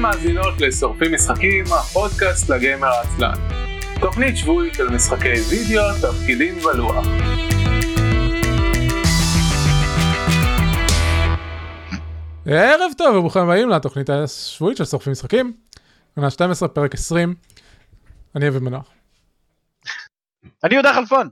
מאזינות לשורפים משחקים, הפודקאסט לגיימר העצלן. תוכנית שבועית של משחקי וידאו, תפקידים ולוח. ערב טוב וברוכים הבאים לתוכנית השבועית של שורפים משחקים. עונה 12 פרק 20. אני אביב מנוח. אני יהודה חלפון.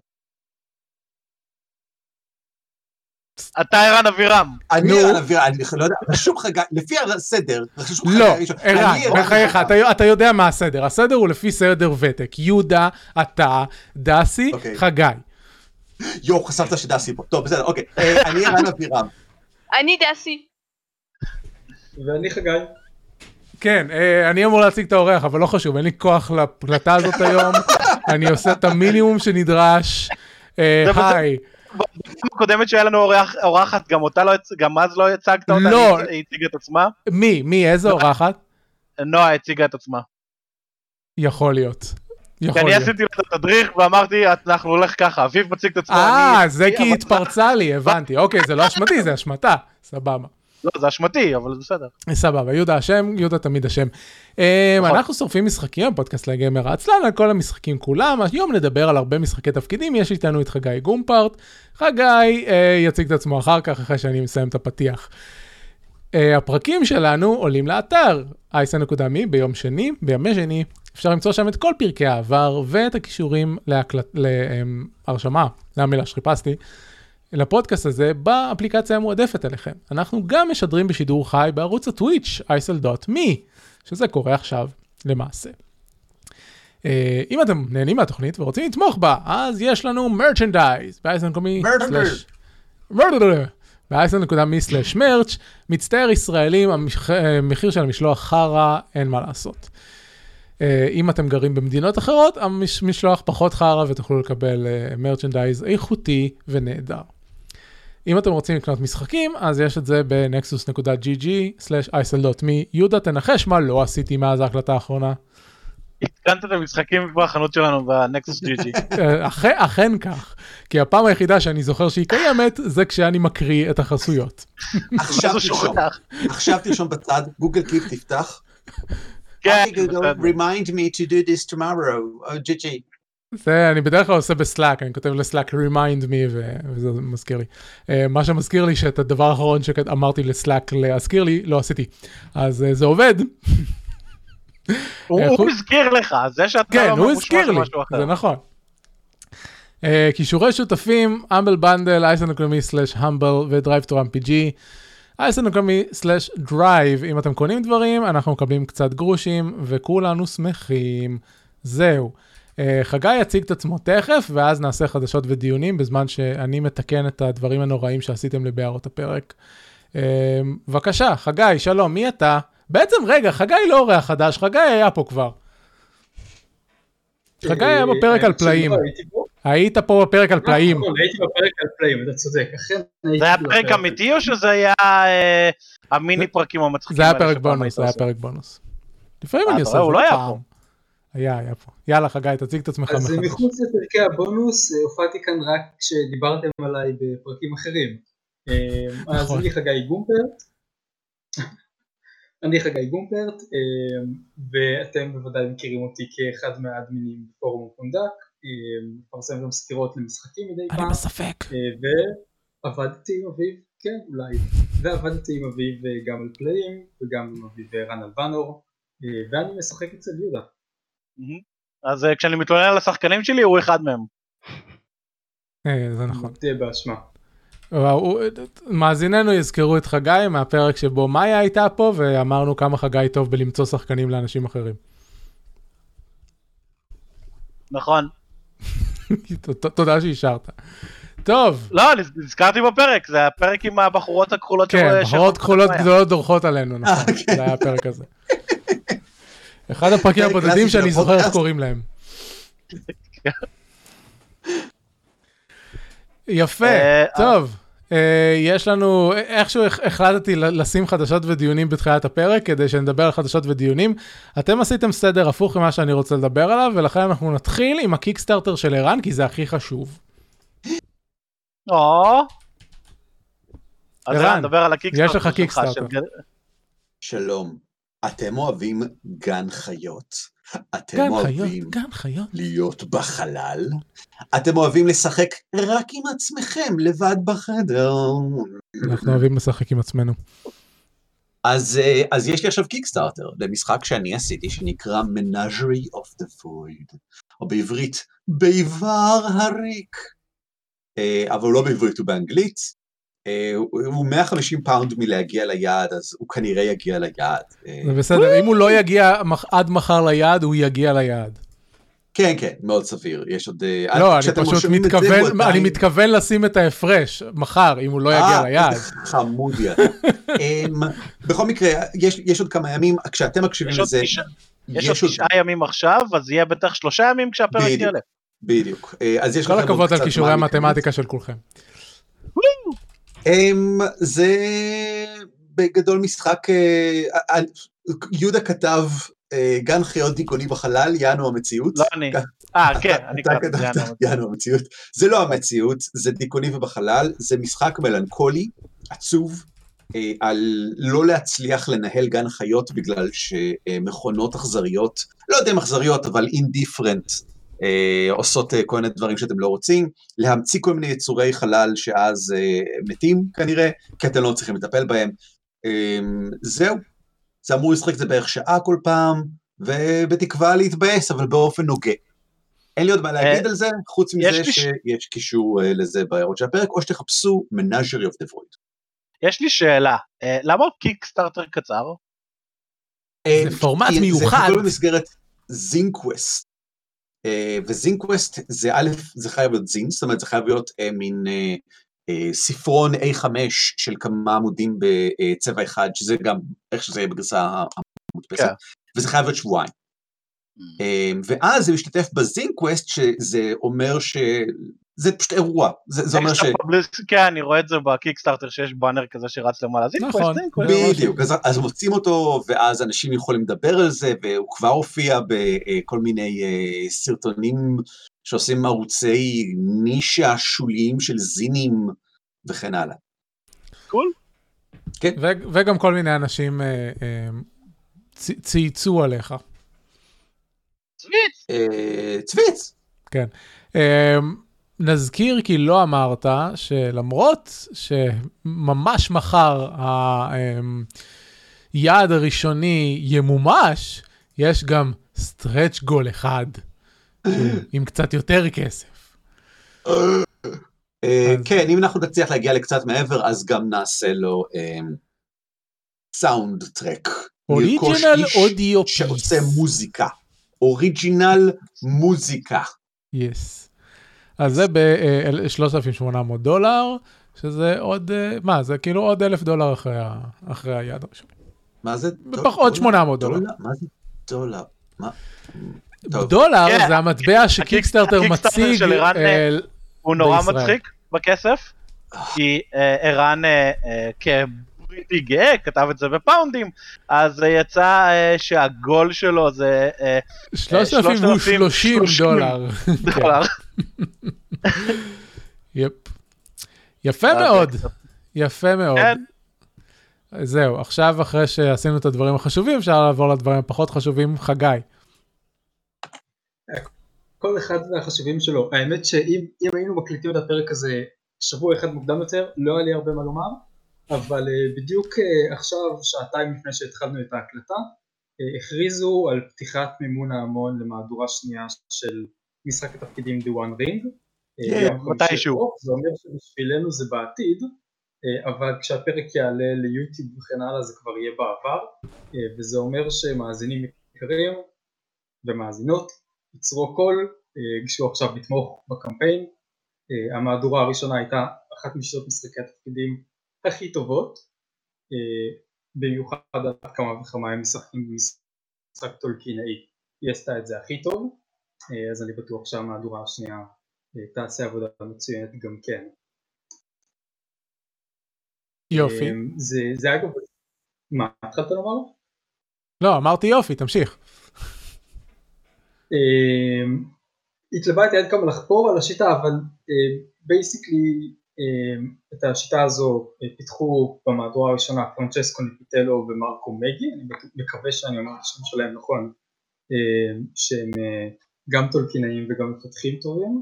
אתה ערן אבירם. אני ערן אבירם, אני לא יודע, רשום חגי, לפי הסדר, לא, ערן, בחייך, אתה יודע מה הסדר, הסדר הוא לפי סדר ותק, יהודה, אתה, דסי, חגי. יו, חשבת שדסי פה, טוב, בסדר, אוקיי, אני ערן אבירם. אני דסי. ואני חגי. כן, אני אמור להציג את האורח, אבל לא חשוב, אין לי כוח לפלטה הזאת היום, אני עושה את המינימום שנדרש, היי. בקודמת שהיה לנו אורחת, גם אז לא הצגת אותה, לא. היא הציגה את עצמה. מי, איזה אורחת? נועה הציגה את עצמה. יכול להיות. כי אני עשיתי לה את התדריך ואמרתי, אנחנו הולך ככה, אביב מציג את עצמה. זה כי התפרצה לי, הבנתי, אוקיי, זה לא אשמתי, זה אשמתה, סבבה. לא, זה אשמתי, אבל זה בסדר. סבבה, יהודה אשם, יהודה תמיד אשם. אנחנו שורפים משחקים, פודקאסט לגיימר העצלן, על כל המשחקים כולם, היום נדבר על הרבה משחקי תפקידים, יש איתנו את חגי גומפרט, חגי יציג את עצמו אחר כך, אחרי שאני מסיים את הפתיח. הפרקים שלנו עולים לאתר, isn.me בימי שני, אפשר למצוא שם את כל פרקי העבר, ואת הכישורים להרשמה, זה המילה שחיפשתי, לפודקאסט הזה באפליקציה המועדפת אליכם. אנחנו גם משדרים בשידור חי בערוץ הטוויץ' isl.me, שזה קורה עכשיו למעשה. אם אתם נהנים מהתוכנית ורוצים לתמוך בה, אז יש לנו מרצ'נדייז, ב-isl.me/merch, מצטער ישראלים, המחיר של המשלוח חרה, אין מה לעשות. אם אתם גרים במדינות אחרות, המשלוח פחות חרה ותוכלו לקבל מרצ'נדייז איכותי ונהדר. אם אתם רוצים לקנות משחקים, אז יש את זה ב-nexus.gg/isl.me. יהודה, תנחש מה לא עשיתי מאז ההקלטה האחרונה? התקנת את המשחקים בחנות שלנו ב-nexus.gg. אכן כך, כי הפעם היחידה שאני זוכר שהיא קיימת, זה כשאני מקריא את החסויות. עכשיו תרשום בצד, גוגל קיפ תפתח. remind me to do this tomorrow, GG. זה אני בדרך כלל עושה בסלאק, אני כותב לסלאק remind me וזה מזכיר לי. מה שמזכיר לי שאת הדבר האחרון שאמרתי לסלאק להזכיר לי, לא עשיתי. אז זה עובד. הוא הזכיר לך, זה שאתה כן, הוא הזכיר לי, זה נכון. קישורי שותפים, Humble Bundle, isn.me/humble ו-Drive to RPG. isn.me/drive, אם אתם קונים דברים, אנחנו מקבלים קצת גרושים, וכולנו שמחים. זהו. חגי יציג את עצמו תכף, ואז נעשה חדשות ודיונים, בזמן שאני מתקן את הדברים הנוראים שעשיתם לי בהערות הפרק. בבקשה, חגי, שלום, מי אתה? בעצם רגע, חגי לא אורח חדש, חגי היה פה כבר. חגי היה בפרק על פלאים. היית פה בפרק על פלאים. הייתי בפרק על פלאים, אתה צודק. זה היה פרק אמיתי או שזה היה המיני פרקים המצחיקים? זה היה פרק בונוס, זה היה פרק בונוס. לפעמים אני עושה את זה פעם. היה פה. יאללה חגי, תציג את עצמך מחדש. אז מחוץ לפרקי הבונוס, הופעתי כאן רק כשדיברתם עליי בפרקים אחרים. אז אני חגי גומפרט. ואתם בוודאי מכירים אותי כאחד מהאדמינים בפורום קונדק. מפרסם גם סקירות למשחקים מדי פעם. אני בספק. ועבדתי עם אביב, כן אולי. ועבדתי עם אביב גם על פלאים, וגם עם אביב רן על ונור. ואני משחק אצל יהודה. אז כשאני מתלונן על השחקנים שלי, הוא אחד מהם. זה נכון. תהיה באשמה. מאזיננו יזכרו את חגי מהפרק שבו מאיה הייתה פה, ואמרנו כמה חגי טוב בלמצוא שחקנים לאנשים אחרים. נכון. תודה שהשארת. טוב. לא, נזכרתי בפרק, זה הפרק עם הבחורות הכחולות. כן, בחורות כחולות גדולות דורכות עלינו, נכון. זה היה הפרק הזה. אחד הפרקים הבודדים שאני זוכר איך קוראים להם. יפה, טוב. יש לנו, איכשהו החלטתי לשים חדשות ודיונים בתחילת הפרק, כדי שנדבר על חדשות ודיונים. אתם עשיתם סדר הפוך ממה שאני רוצה לדבר עליו, ולכן אנחנו נתחיל עם הקיקסטארטר של ערן, כי זה הכי חשוב. אז נדבר על הקיקסטארטר. יש לך קיקסטארטר. שלום. אתם אוהבים גן חיות. אתם גן אוהבים חיות, גן חיות. להיות בחלל. אתם אוהבים לשחק רק עם עצמכם, לבד בחדר. אנחנו אוהבים לשחק עם עצמנו. אז יש לי עכשיו קיקסטארטר למשחק שאני עשיתי, שנקרא Menagerie of the Void, או בעברית, ביבר הריק. אבל הוא לא בעברית, הוא באנגלית. הוא 150 פאונד מלהגיע ליעד, אז הוא כנראה יגיע ליעד. זה בסדר, אם הוא לא יגיע עד מחר ליעד, הוא יגיע ליעד. כן, כן, מאוד סביר. יש עוד... לא, אני פשוט מתכוון לשים את ההפרש מחר, אם הוא לא יגיע ליעד. חמודי אתה. בכל מקרה, יש עוד כמה ימים, כשאתם מקשיבים לזה... יש עוד 9 ימים עכשיו, אז יהיה בטח 3 ימים כשהפרק יעלה. בדיוק. כל הכבוד על כישורי המתמטיקה של כולכם. זה בגדול משחק, יהודה כתב גן חיות דיכאוני בחלל, יענו המציאות. לא אני. כן, אני כתבתי יענו המציאות. זה לא המציאות, זה דיכאוני ובחלל, זה משחק מלנכולי, עצוב, על לא להצליח לנהל גן חיות בגלל שמכונות אכזריות, לא יודע אם אכזריות, אבל indifferent, עושות כל מיני דברים שאתם לא רוצים, להמציא כל מיני יצורי חלל שאז מתים כנראה, כי אתם לא צריכים לטפל בהם. זהו, זה אמור לשחק את זה בערך שעה כל פעם, ובתקווה להתבאס, אבל באופן נוגע. אין לי עוד מה להגיד על זה, חוץ מזה שיש קישור לזה בהערות של הפרק, או שתחפשו Menagerie of the Void. יש לי שאלה, למה קיקסטארטר קצר? זה פורמט מיוחד. זה חבל במסגרת זינקווסט, וזינקווסט זה א', זה חייב להיות זין, זאת אומרת זה חייב להיות מין ספרון A5 של כמה עמודים בצבע אחד, שזה גם איך שזה יהיה בגרסה המודפסת, וזה חייב להיות שבועיים. ואז זה משתתף בזינקווסט, שזה אומר זה פשוט אירוע, זה אומר כן, אני רואה את זה בקיקסטארטר שיש באנר כזה שרץ למעלה, נכון, בדיוק, אז מוצאים אותו, ואז אנשים יכולים לדבר על זה, והוא כבר הופיע בכל מיני סרטונים שעושים ערוצי נישה שוליים של זינים וכן הלאה. קול. כן. וגם כל מיני אנשים צייצו עליך. צוויץ. כן. נזכיר כי לא אמרת שלמרות שממש מחר היעד הראשוני ימומש, יש גם סטרץ' גול אחד עם קצת יותר כסף. כן, אם אנחנו נצליח להגיע לקצת מעבר, אז גם נעשה לו סאונד טרק. אוריג'ינל אודיו פיס. שעושה מוזיקה. אוריג'ינל מוזיקה. יס. אז זה $3,800, שזה עוד, מה, זה כאילו עוד $1,000 אחרי היעד הראשון. מה זה? עוד $800. מה זה דולר? מה? דולר זה המטבע שקיקסטארטר מציג הוא נורא מצחיק בכסף, כי ערן כבריטי גאה כתב את זה בפאונדים, אז יצא שהגול שלו זה $330. יפה מאוד, יפה מאוד. זהו, עכשיו אחרי שעשינו את הדברים החשובים, אפשר לעבור לדברים הפחות חשובים. חגי. כל אחד מהחשובים שלו. האמת שאם היינו מקליטים את הפרק הזה שבוע אחד מוקדם יותר, לא היה לי הרבה מה לומר, אבל בדיוק עכשיו, שעתיים לפני שהתחלנו את ההקלטה, הכריזו על פתיחת מימון ההמון למהדורה שנייה של משחק התפקידים The One Ring. מתישהו. זה אומר שבשבילנו זה בעתיד, אבל כשהפרק יעלה ליוטיוב וכן הלאה זה כבר יהיה בעבר, וזה אומר שמאזינים יקרים ומאזינות יצרו קול, כשהוא עכשיו לתמוך בקמפיין. המהדורה הראשונה הייתה אחת משנות משחקי התפקידים הכי טובות, במיוחד על כמה וכמה הם משחקים במשחק טולקינאי, היא עשתה את זה הכי טוב, אז אני בטוח שהמהדורה השנייה תעשה עבודה מצוינת גם כן. יופי. זה אגב, מה, התחלת לומר? לא, אמרתי יופי, תמשיך. התלבטתי עד כמה לחפור על השיטה, אבל בייסיקלי את השיטה הזו פיתחו במהדורה הראשונה פרנצ'סקו ניפיטלו ומרקו מגי, אני מקווה שאני אומר את השם שלהם נכון, שהם גם טולקינאים וגם מפתחים טובים,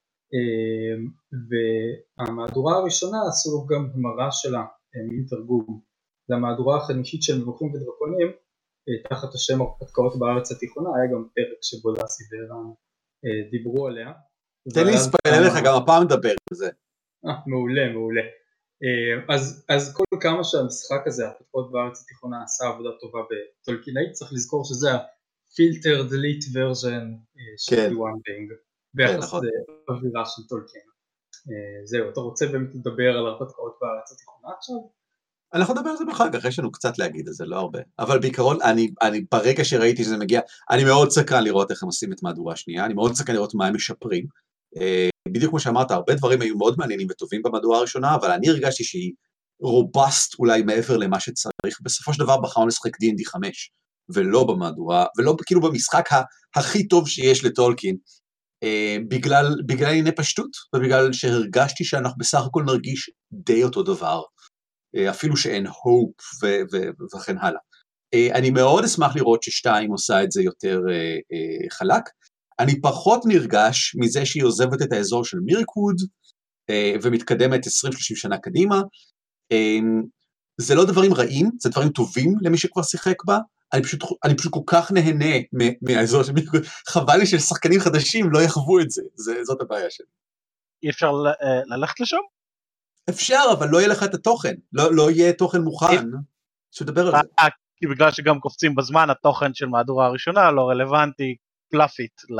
והמהדורה הראשונה עשו גם המרה שלה מתרגום למהדורה החמישית של מבוכים ודרקונים, תחת השם הרפתקאות בארץ התיכונה, היה גם פרק שבו דסי וערן דיברו עליה. תן לי לספר לך, גם הפעם נדבר על זה. מעולה, מעולה. אז כל כמה שהמשחק הזה, הרפתקאות בארץ התיכונה, עשה עבודה טובה בטולקינאית, צריך לזכור שזה ה-filtered elite version של D1 Bang, ביחס לאווירה של טולקין. זהו, אתה רוצה באמת לדבר על הרפתקאות בארץ התיכונה עכשיו? אנחנו נדבר על זה בחג, אחרי שיש לנו קצת להגיד על זה, לא הרבה. אבל בעיקרון, אני ברגע שראיתי שזה מגיע, אני מאוד סקרן לראות איך הם עושים את מהדורה השנייה, אני מאוד סקרן לראות מה הם משפרים. בדיוק כמו שאמרת, הרבה דברים היו מאוד מעניינים וטובים במהדורה הראשונה, אבל אני הרגשתי שהיא רובסט אולי מעבר למה שצריך. בסופו של דבר בחרנו לשחק D&D 5, ולא במהדורה, ולא כאילו במשחק הכי טוב שיש לטולקין, בגלל ענייני פשטות, ובגלל שהרגשתי שאנחנו בסך הכל נרגיש די אותו דבר. אפילו שאין הופ וכן הלאה. אני מאוד אשמח לראות ששתיים עושה את זה יותר חלק. אני פחות נרגש מזה שהיא עוזבת את האזור של מירקווד, ומתקדמת 20-30 שנה קדימה. זה לא דברים רעים, זה דברים טובים למי שכבר שיחק בה. אני פשוט כל כך נהנה מהאזור של מירקווד. חבל לי ששחקנים חדשים לא יחוו את זה. זאת הבעיה שלי. אי אפשר ללכת לשם? אפשר, אבל לא יהיה לך את התוכן, לא יהיה תוכן מוכן, שתדבר על זה. כי בגלל שגם קופצים בזמן, התוכן של מהדורה הראשונה לא רלוונטי פלאפית ל...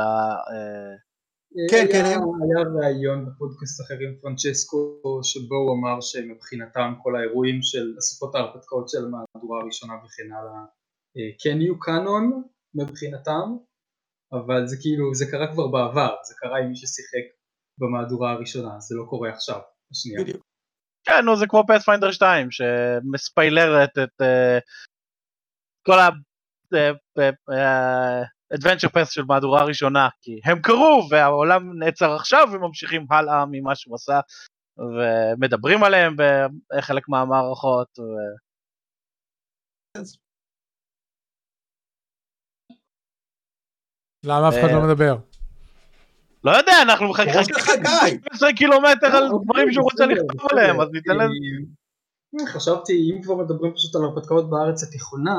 כן. היה רעיון בפודקאסט אחר עם פרנצ'סקו, שבו הוא אמר שמבחינתם כל האירועים של אספות ההרפתקאות של המהדורה הראשונה וכן הלאה, כן יהיו קאנון מבחינתם, אבל זה כאילו, זה קרה כבר בעבר, זה קרה עם מי ששיחק במהדורה הראשונה, זה לא קורה עכשיו, השנייה. בדיוק. כן, נו, זה כמו Pathfinder 2, שמספיילרת את כל ה-adventure path של מהדורה הראשונה, כי הם קרו, והעולם נעצר עכשיו, וממשיכים הלאה ממה שהוא עשה, ומדברים עליהם בחלק מהמערכות. למה אף אחד לא מדבר? לא יודע, אנחנו מחכים 15 קילומטר על דברים שהוא רוצה לכתוב עליהם, אז ניתן להם. חשבתי, אם כבר מדברים פשוט על הרפתקאות בארץ התיכונה,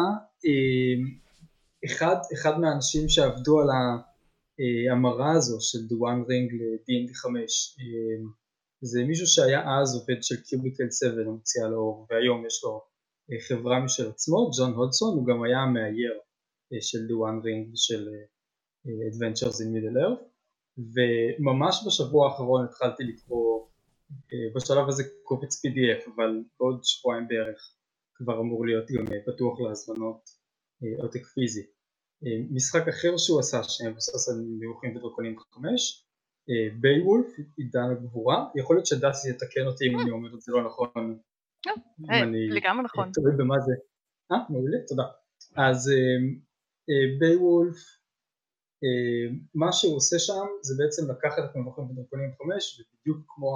אחד מהאנשים שעבדו על ההמרה הזו של The One Ring ל-D&D 5, זה מישהו שהיה אז עובד של Cubicle 7, המציע לאור, והיום יש לו חברה משל עצמו, ג'ון הודסון, הוא גם היה המאייר של The One Ring של Adventures in Middle Earth, וממש בשבוע האחרון התחלתי לקרוא, בשלב הזה קובץ PDF, אבל עוד שבועיים בערך כבר אמור להיות גם פתוח להזמנות עותק פיזי. משחק אחר שהוא עשה שמבוסס על מבוכים ודרקונים 5, בייוולף, עידן הגבורה, יכול להיות שדסי יתקן אותי אם אני אומר את זה לא נכון. לגמרי נכון. תראי במה זה. מעולה, תודה. אז בייוולף, מה שהוא עושה שם זה בעצם לקחת את מבוכים ודרקונים 5 ובדיוק כמו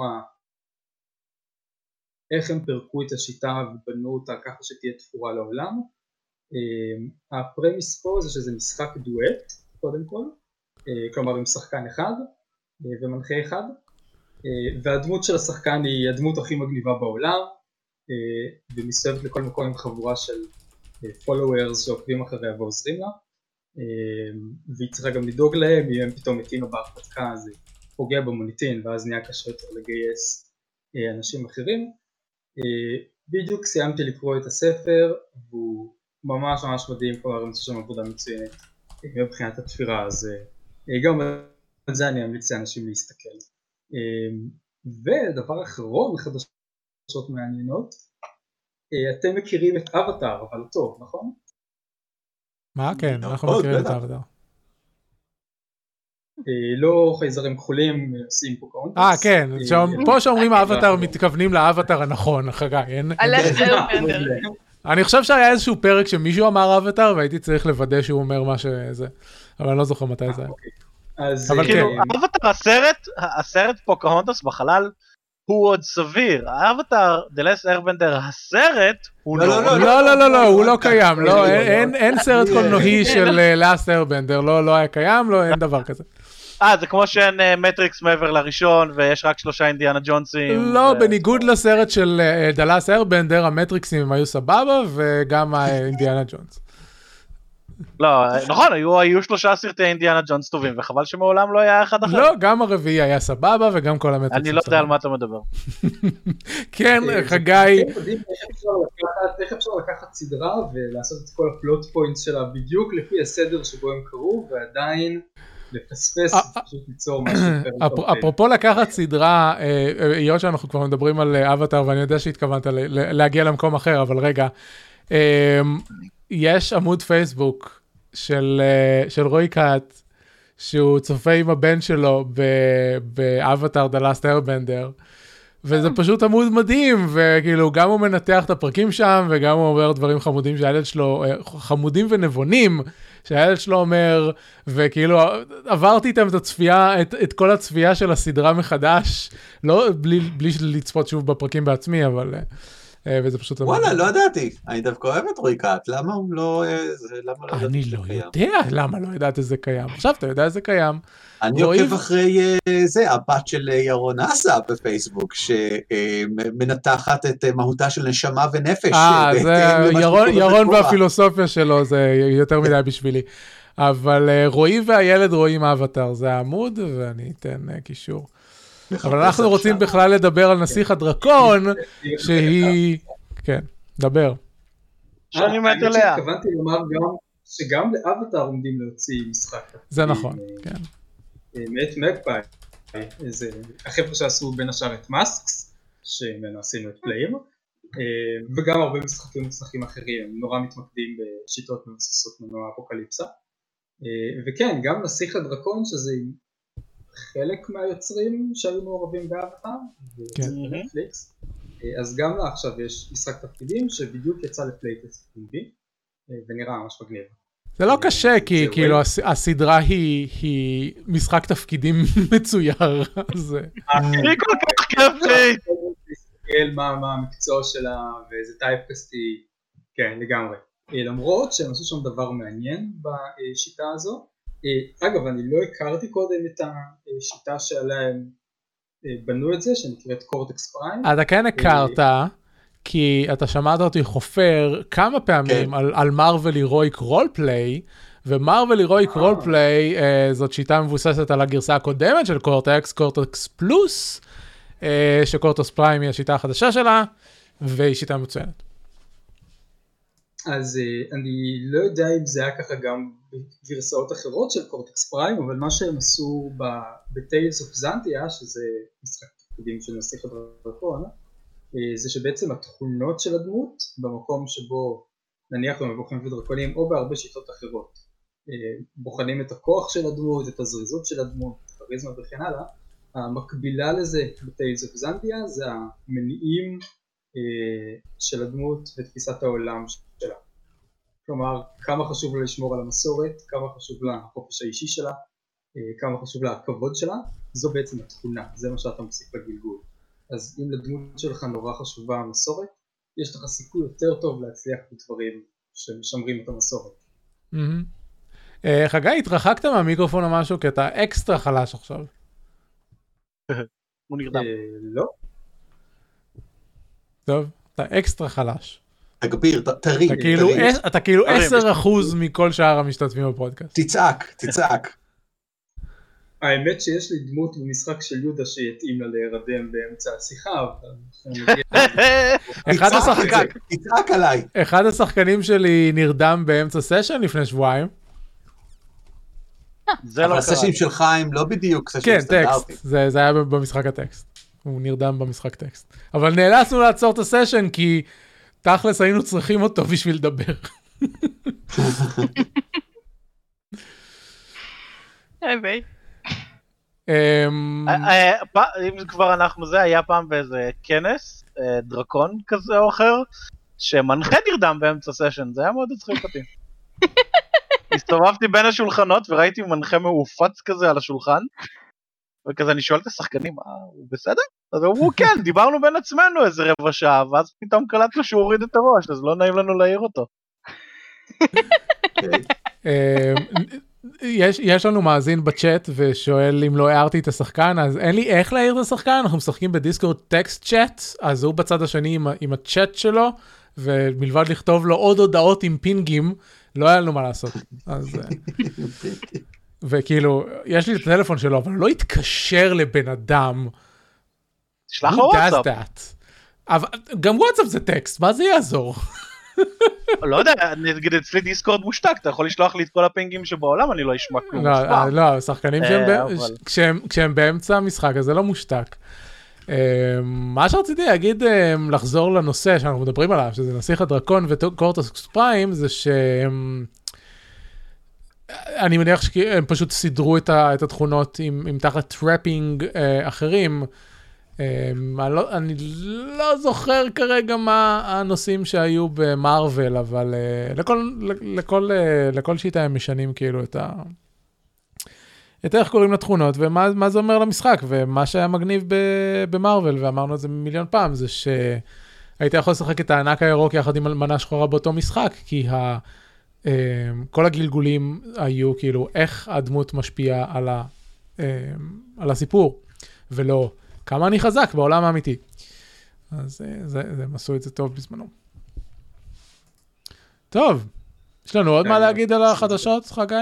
איך הם פרקו את השיטה ובנו אותה ככה שתהיה תפורה לעולם. הפרמיס פה זה שזה משחק דואט קודם כל, כלומר עם שחקן אחד ומנחה אחד, והדמות של השחקן היא הדמות הכי מגניבה בעולם, ומסתובבת לכל מקום עם חבורה של followers שעוקבים אחריה ועוזרים לה, והיא צריכה גם לדאוג להם, אם הם פתאום מתים בהרפתקה אז זה פוגע במוניטין ואז נהיה קשה יותר לגייס אנשים אחרים. בדיוק סיימתי לקרוא את הספר והוא ממש ממש מדהים, כלומר הם עשו שם עבודה מצוינת מבחינת התפירה, אז גם על זה אני אמליץ לאנשים להסתכל. ודבר אחרון, חדשות מעניינות, אתם מכירים את אבטאר, אבל טוב, נכון? מה? כן, אנחנו מכירים את אבטאר. לא חייזרים כחולים, עושים פוקהונטס. כן, פה שאומרים אבטאר מתכוונים לאבטאר הנכון, חגי. אני חושב שהיה איזשהו פרק שמישהו אמר אבטאר והייתי צריך לוודא שהוא אומר מה שזה, אבל אני לא זוכר מתי זה. אבל כאילו, אבטאר הסרט פוקהונטס בחלל, הוא עוד סביר, האבטר, The Last Airbender, הסרט, הוא לא, הוא לא קיים, אין סרט קולנועי של Last Airbender, לא היה קיים, אין דבר כזה. זה כמו שאין מטריקס מעבר לראשון, ויש רק 3 אינדיאנה ג'ונסים. לא, בניגוד לסרט של The Last Airbender, המטריקסים הם היו סבבה, וגם האינדיאנה ג'ונס. לא, נכון, היו 3 סרטי אינדיאנה ג'ונס טובים, וחבל שמעולם לא היה אחד אחר. לא, גם הרביעי היה סבבה, וגם כל המטריקסים. אני לא יודע על מה אתה מדבר. כן, חגי. איך אפשר לקחת סדרה ולעשות את כל הפלוט פוינטס שלה בדיוק לפי הסדר שבו הם קרו, ועדיין לפספס, פשוט ליצור משהו. אפרופו לקחת סדרה, היות שאנחנו כבר מדברים על אבטר, ואני יודע שהתכוונת להגיע למקום אחר, אבל רגע, יש עמוד פייסבוק של רוי קאט, שהוא צופה עם הבן שלו באבטר The Last Airbender, וזה פשוט עמוד מדהים, וכאילו גם הוא מנתח את הפרקים שם, וגם הוא אומר דברים חמודים שהילד שלו, חמודים ונבונים, שהילד שלו אומר, וכאילו עברתי איתם את כל הצפייה של הסדרה מחדש, לא בלי לצפות שוב בפרקים בעצמי, אבל וזה פשוט... וואלה, לא ידעתי, אני דווקא אוהב את רוי קאט, למה הוא לא... אני לא יודע למה לא ידעת שזה קיים, עכשיו אתה יודע שזה קיים. אני עוקב אחרי זה, הבת של ירון אסה בפייסבוק, שמנתחת את מהותה של נשמה ונפש. ירון והפילוסופיה שלו, זה יותר מדי בשבילי. אבל רועי והילד רואים אבטר, זה העמוד, ואני אתן קישור. אבל אנחנו רוצים בכלל לדבר על נסיך הדרקון, שהיא... כן, דבר. שאני מת עליה. התכוונתי לומר שגם לאבטר עומדים להוציא משחק. זה נכון, כן. מאת מגפאי, זה החבר'ה שעשו בין השאר את מאסקס, שמנו עשינו את פלאים, וגם הרבה משחקים אחרים, הם נורא מתמקדים בשיטות מבוססות מנוע אפוקליפסה, וכן, גם נסיך הדרקון, שזה חלק מהיוצרים שהיו מעורבים באבטר, בנטפליקס, אז גם לה עכשיו יש משחק תפקידים שבדיוק יצא לפלייטסט פומבי, ונראה ממש מגניב. זה לא קשה, כי כאילו הסדרה היא משחק תפקידים מצויר. היא כל כך כיפית. להסתכל מה המקצוע שלה ואיזה טייפקסטי, כן לגמרי. למרות שהם עשו שם דבר מעניין בשיטה הזו. אגב, אני לא הכרתי קודם את השיטה שעליה הם בנו את זה, שנקראת קורטקס פריים. אתה כן הכרת, כי אתה שמעת אותי חופר כמה פעמים על מרוול הירואיק רולפליי, ומרוול הירואיק רולפליי זאת שיטה מבוססת על הגרסה הקודמת של קורטקס, קורטקס פלוס, שקורטקס פריים היא השיטה החדשה שלה, והיא שיטה מצוינת. אז אני לא יודע אם זה היה ככה גם בגרסאות אחרות של קורטקס פריים, אבל מה שהם עשו ב-Tales of Xantia, שזה משחק תפקידים של נסיך הדרקון, זה שבעצם התכונות של הדמות, במקום שבו נניח במבוכים ודרקונים, או בהרבה שיטות אחרות, בוחנים את הכוח של הדמות, את הזריזות של הדמות, את הכריזמה וכן הלאה, המקבילה לזה ב-Tales of Xantia זה המניעים של הדמות ותפיסת העולם שלה. כלומר, כמה חשוב לה לשמור על המסורת, כמה חשוב לה החופש האישי שלה, כמה חשוב לה הכבוד שלה, זו בעצם התכונה, זה מה שאתה מוסיף בגלגול. אז אם לדמות שלך נורא חשובה המסורת, יש לך סיכוי יותר טוב להצליח בדברים שמשמרים את המסורת. חגי, התרחקת מהמיקרופון או משהו, כי אתה אקסטרה חלש עכשיו. הוא נרדם. לא. טוב, אתה אקסטרה חלש. תגביר, תרים. אתה כאילו 10% מכל שאר המשתתפים בפודקאסט. תצעק. האמת שיש לי דמות במשחק של יהודה שיתאים לה להירדם באמצע השיחה, תצעק עליי. אחד השחקנים שלי נרדם באמצע סשן לפני שבועיים. אבל הסשנים שלך הם לא בדיוק סשנים סטנדרטיים. כן, זה היה במשחק הטקסט. הוא נרדם במשחק טקסט. אבל נאלצנו לעצור את הסשן כי תכלס היינו צריכים אותו בשביל לדבר. ביי. אם כבר אנחנו זה, היה פעם באיזה כנס, דרקון כזה או אחר, שמנחה נרדם באמצע סשן, זה היה מאוד הצחיק אותי. הסתובבתי בין השולחנות וראיתי מנחה מעופץ כזה על השולחן, וכזה אני שואל את השחקנים, הוא בסדר? אז הוא כן, דיברנו בין עצמנו איזה רבע שעה, ואז פתאום קלטנו שהוא הוריד את הראש, אז לא נעים לנו להעיר אותו. יש לנו מאזין בצ'אט ושואל אם לא הערתי את השחקן, אז אין לי איך להעיר את השחקן, אנחנו משחקים בדיסקורד טקסט צ'אט, אז הוא בצד השני עם הצ'אט שלו, ומלבד לכתוב לו עוד הודעות עם פינגים, לא היה לנו מה לעשות. וכאילו, יש לי את הטלפון שלו, אבל לא יתקשר לבן אדם. שלח לו וואטסאפ. אבל גם וואטסאפ זה טקסט, מה זה יעזור? לא יודע, נגיד אצלי דיסקורד מושתק, אתה יכול לשלוח לי את כל הפינגים שבעולם, אני לא אשמע כלום. לא, שחקנים כשהם באמצע המשחק, אז זה לא מושתק. מה שרציתי להגיד, לחזור לנושא שאנחנו מדברים עליו, שזה נסיך הדרקון וקורטוס פריים, זה שהם... אני מניח שהם פשוט סידרו את התכונות עם תחת טראפינג אחרים. אני לא זוכר כרגע מה הנושאים שהיו במרוול, אבל לכל שיטה הם משנים כאילו את איך קוראים לתכונות, ומה זה אומר למשחק, ומה שהיה מגניב במרוול, ואמרנו את זה מיליון פעם, זה שהיית יכול לשחק את הענק הירוק יחד עם מנה שחורה באותו משחק, כי כל הגלגולים היו כאילו איך הדמות משפיעה על הסיפור, ולא כמה אני חזק בעולם האמיתי. אז הם עשו את זה טוב בזמנו. טוב, יש לנו עוד מה להגיד על החדשות, חגי?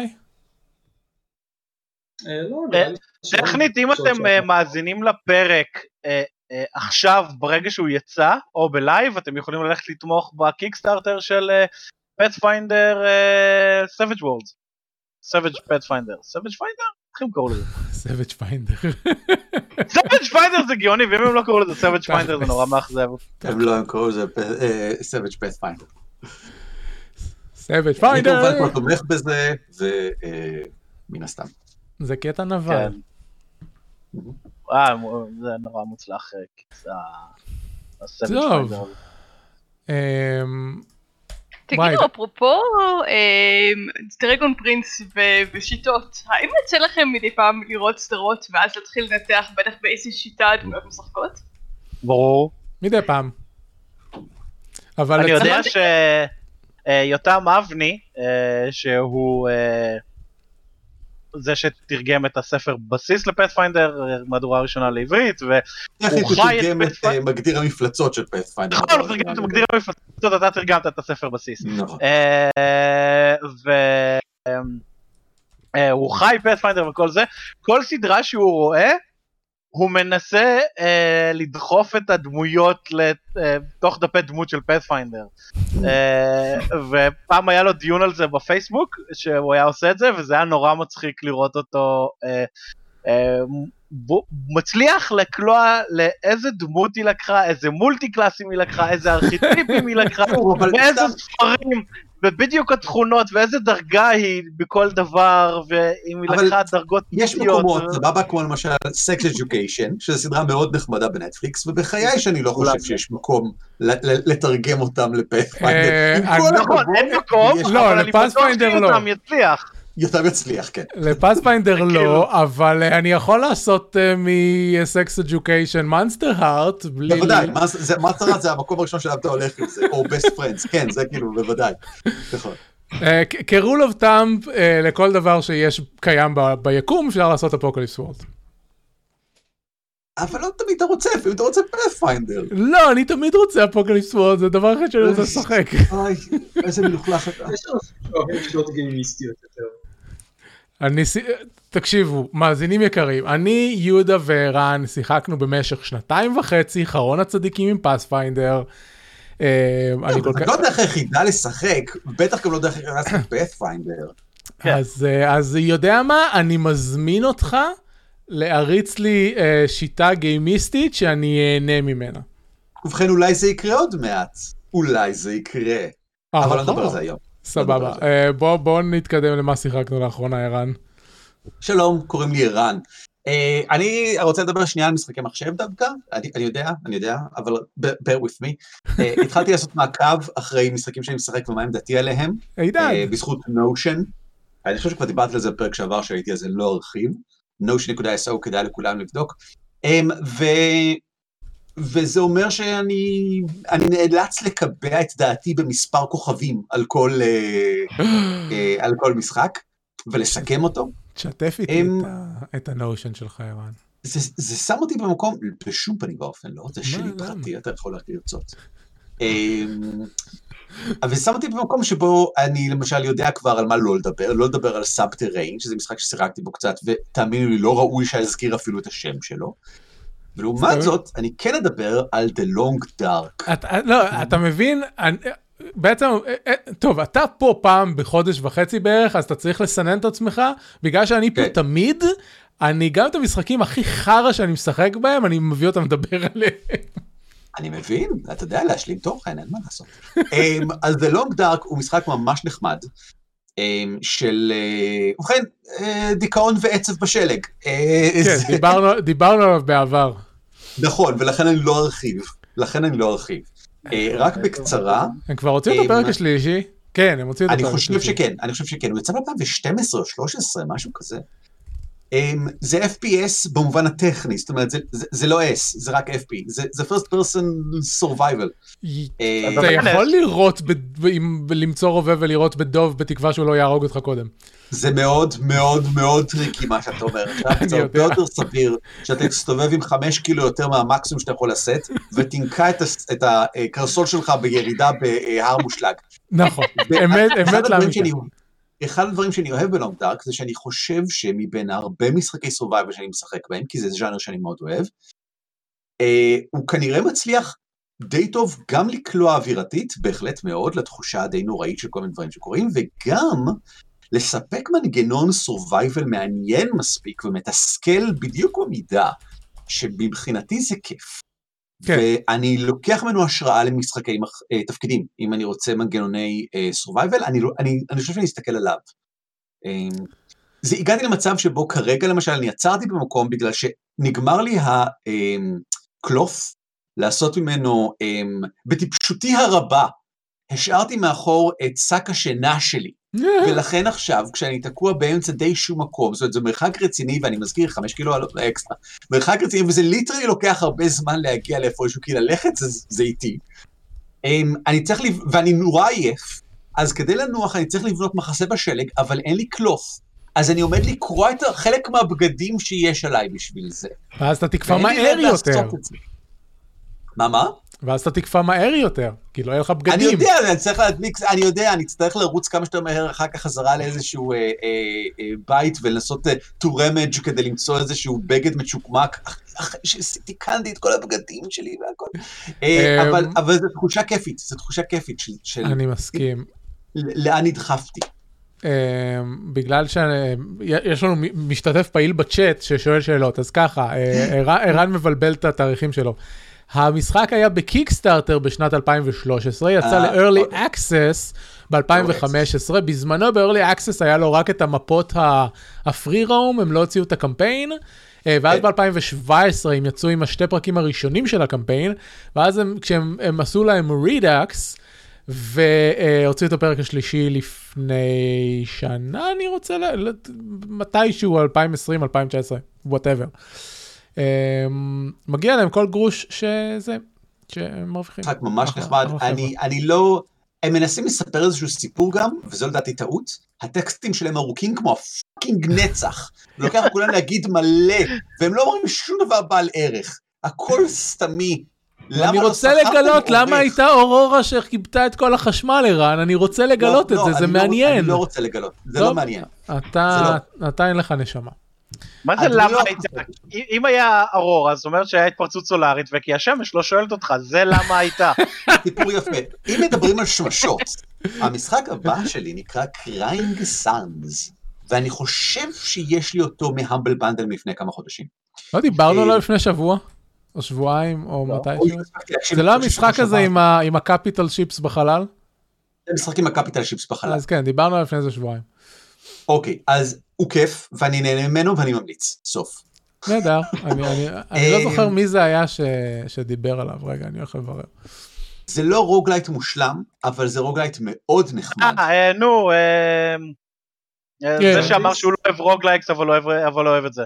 טכנית, אם אתם מאזינים לפרק עכשיו, ברגע שהוא יצא, או בלייב, אתם יכולים ללכת לתמוך בקיקסטארטר של Pathfinder Savage Worlds. Savage Pathfinder. Savage Finder? איך הם קראו לזה? Savage Finder. Savage Finder זה גאוני, ואם הם לא קראו לזה Savage Finder זה נורא מאכזב. הם לא, הם קראו לזה Savage Pathfinder. Savage Finder. אני כמובן כבר תומך בזה, ומן הסתם. זה קטע נבל. זה נורא מוצלח. טוב. תגידו, אפרופו דרגון פרינס ושיטות, האם יצא לכם מדי פעם לראות סדרות ואז להתחיל לנתח בטח באיזו שיטה דמויות משחקות? ברור. מדי פעם. אני יודע שיותם אבני, שהוא זה שתרגם את הספר בסיס לפאת'פיינדר, מהדורה הראשונה לעברית, והוא תרגם את מגדיר המפלצות של פאת'פיינדר. נכון, הוא תרגם את מגדיר המפלצות, אתה תרגמת את הספר בסיס. נכון. והוא חי פאת'פיינדר וכל זה, כל סדרה שהוא רואה, הוא מנסה לדחוף את הדמויות לתוך דפי דמות של פאת'פיינדר. ופעם היה לו דיון על זה בפייסבוק, שהוא היה עושה את זה, וזה היה נורא מצחיק לראות אותו מצליח לקלוע לאיזה דמות היא לקחה, איזה מולטי קלאסים היא לקחה, איזה ארכיטיפים היא לקחה, ואיזה ספרים, ובדיוק התכונות, ואיזה דרגה היא בכל דבר, ואם היא לקחה דרגות יש מקומות, סבבה כמו למשל Sex Education, שזו סדרה מאוד נחמדה בנטפליקס, ובחיי שאני לא חושב שיש מקום לתרגם אותם לפאת'פיינדר. נכון, אין מקום, אבל אני בטוח שיותם יצליח. יותם יצליח, כן. לפאת'פיינדר לא, אבל אני יכול לעשות מ-Sex Education Monster Heart, בלי... בוודאי, Monster Heart זה המקום הראשון שלנו אתה הולך עם זה, או Best Friends, כן, זה כאילו, בוודאי. נכון. כרול אוף טאמפ, לכל דבר שיש קיים ביקום, אפשר לעשות אפוקליפס וורד. אבל לא תמיד אתה רוצה, לפעמים אתה רוצה פאת'פיינדר. לא, אני תמיד רוצה אפוקליפס וורד, זה דבר אחד שאני רוצה לשחק. אוי, איזה מלוכלך אתה. יש אוהבים שיטות גיימיסטיות יותר. תקשיבו, מאזינים יקרים, אני, יהודה וערן, שיחקנו במשך 2.5 חרון הצדיקים עם פאת'פיינדר. אני לא דרך היחידה לשחק, בטח גם לא דרך היחידה לשחק פאת'פיינדר. אז יודע מה, אני מזמין אותך להריץ לי שיטה גיימיסטית שאני אהנה ממנה. ובכן, אולי זה יקרה עוד מעט. אולי זה יקרה. אבל לא נדבר על זה היום. סבבה. בואו נתקדם למה שיחקנו לאחרונה, ערן. שלום, קוראים לי ערן. אני רוצה לדבר שנייה על משחקי מחשב דווקא. אני יודע, אבל bear with me. התחלתי לעשות מעקב אחרי משחקים שאני משחק ומה עמדתי עליהם. בזכות נושן. אני חושב שכבר דיברתי על זה בפרק שעבר שהייתי על זה לא ארחיב. notion.so, כדאי לכולם לבדוק. וזה אומר שאני נאלץ לקבע את דעתי במספר כוכבים על כל משחק, ולסכם אותו. תשתף איתי את הנושן שלך, ערן. זה שם אותי במקום, בשום פנים באופן, לא, זה שלי פרטי, אתה יכול לרצות. אבל שם אותי במקום שבו אני למשל יודע כבר על מה לא לדבר על סאבטריין, שזה משחק ששיחקתי בו קצת, ותאמינו לי, לא ראוי שאזכיר אפילו את השם שלו. ולעומת זאת, אני כן אדבר על The Long Dark. לא, אתה מבין, בעצם, טוב, אתה פה פעם בחודש וחצי בערך, אז אתה צריך לסנן את עצמך, בגלל שאני פה תמיד, אני גם את המשחקים הכי חרא שאני משחק בהם, אני מביא אותם לדבר עליהם. אני מבין, אתה יודע, להשלים תוכן, אין מה לעשות. אז The Long Dark הוא משחק ממש נחמד, של, ובכן, דיכאון ועצב בשלג. כן, דיברנו עליו בעבר. נכון, ולכן אני לא ארחיב. רק בקצרה. הם כבר הוציאו את הפרק השלישי? כן, הם הוציאו את הפרק השלישי. אני חושב שכן, הוא יצא ב-2012 או 13, משהו כזה. זה FPS במובן הטכני, זאת אומרת, זה לא S, זה רק FP, זה first person survival. אתה יכול לראות, למצוא רובה ולראות בדוב, בתקווה שהוא לא יהרוג אותך קודם. זה מאוד מאוד מאוד טריקי מה שאתה אומר, זה הרבה יותר סביר, שאתה תסתובב עם 5 קילו יותר מהמקסימום שאתה יכול לשאת, ותנקע את הקרסול שלך בירידה בהר מושלג. נכון, אמת להמיתה. אחד הדברים שאני אוהב בלונג דארק, זה שאני חושב שמבין הרבה משחקי סורווייבל שאני משחק בהם, כי זה ז'אנר שאני מאוד אוהב, הוא כנראה מצליח די טוב גם לקלוע אווירתית, בהחלט מאוד, לתחושה די נוראית של כל מיני דברים שקורים, וגם לספק מנגנון סורווייבל מעניין מספיק, ומתסכל בדיוק במידה, שבבחינתי זה כיף. כן. ואני לוקח ממנו השראה למשחקי תפקידים, אם אני רוצה מנגנוני סורווייבל, אני חושב שאני אסתכל עליו. הגעתי למצב שבו כרגע למשל אני עצרתי במקום, בגלל שנגמר לי הקלוף, לעשות ממנו, בטיפשותי הרבה, השארתי מאחור את שק השינה שלי, ולכן עכשיו, כשאני תקוע באמצע די שום מקום, זאת אומרת, זה מרחק רציני, ואני מזכיר 5 קילו אקסטרה, מרחק רציני, וזה ליטרלי לוקח הרבה זמן להגיע לאיפשהו, כי ללכת זה איטי. ואני נורא עייף, אז כדי לנוח אני צריך לבנות מחסה בשלג, אבל אין לי קלוף. אז אני עומד לקרוא את חלק מהבגדים שיש עליי בשביל זה. ואז אתה תקפה מהר יותר. מה? ואז אתה תקפה מהר יותר, כי לא יהיה לך בגדים. אני יודע, אני אצטרך לרוץ כמה שאתה מהר אחר כך חזרה לאיזשהו בית, ולנסות to rummage כדי למצוא איזשהו בגד מצ'וקמק, אחרי שתיקנתי את כל הבגדים שלי והכל. אבל זו תחושה כיפית, של... אני מסכים. לאן נדחפתי. בגלל שיש לנו משתתף פעיל בצ'אט ששואל שאלות, אז ככה, ערן מבלבל את התאריכים שלו. המשחק היה בקיקסטארטר בשנת 2013, יצא ל-Early Access ב-2015, בזמנו ב-Early Access היה לו רק את המפות ה-Free Roam, הם לא הוציאו את הקמפיין, ואז ב-2017 הם יצאו עם השתי פרקים הראשונים של הקמפיין, ואז כשהם עשו להם Redux, והוציאו את הפרק השלישי לפני שנה, אני רוצה, מתישהו 2020, 2019, whatever. מגיע להם כל גרוש שהם מרוויחים. ממש נחמד, אני לא, הם מנסים לספר איזשהו סיפור גם, וזו לדעתי טעות, הטקסטים שלהם ארוכים כמו הפאקינג נצח, ולוקח כולם להגיד מלא, והם לא אומרים שום דבר בעל ערך, הכל סתמי. אני רוצה לגלות למה הייתה אורורה שחיבתה את כל החשמל, ערן, אני רוצה לגלות את זה, זה מעניין. אני לא רוצה לגלות, זה לא מעניין. אתה אין לך נשמה. מה זה למה הייתה? אם היה אורורה, זאת אומרת שהיה התפרצות סולארית, וכי השמש לא שואלת אותך, זה למה הייתה. סיפור יפה. אם מדברים על שמשות, המשחק הבא שלי נקרא Crying Suns, ואני חושב שיש לי אותו מהמבל בנדל מלפני כמה חודשים. לא דיברנו עליו לפני שבוע? או שבועיים, או מתישהו? זה לא המשחק הזה עם הקפיטל שיפס בחלל? זה משחק עם הקפיטל שיפס בחלל. אז כן, דיברנו עליו לפני איזה שבועיים. אוקיי, אז הוא כיף, ואני נהנה ממנו, ואני ממליץ. סוף. נהדר. אני לא זוכר מי זה היה שדיבר עליו. רגע, אני הולך לברר. זה לא רוגלייט מושלם, אבל זה רוגלייט מאוד נחמד. נו, זה שאמר שהוא לא אוהב רוגלייקס, אבל לא אוהב את זה.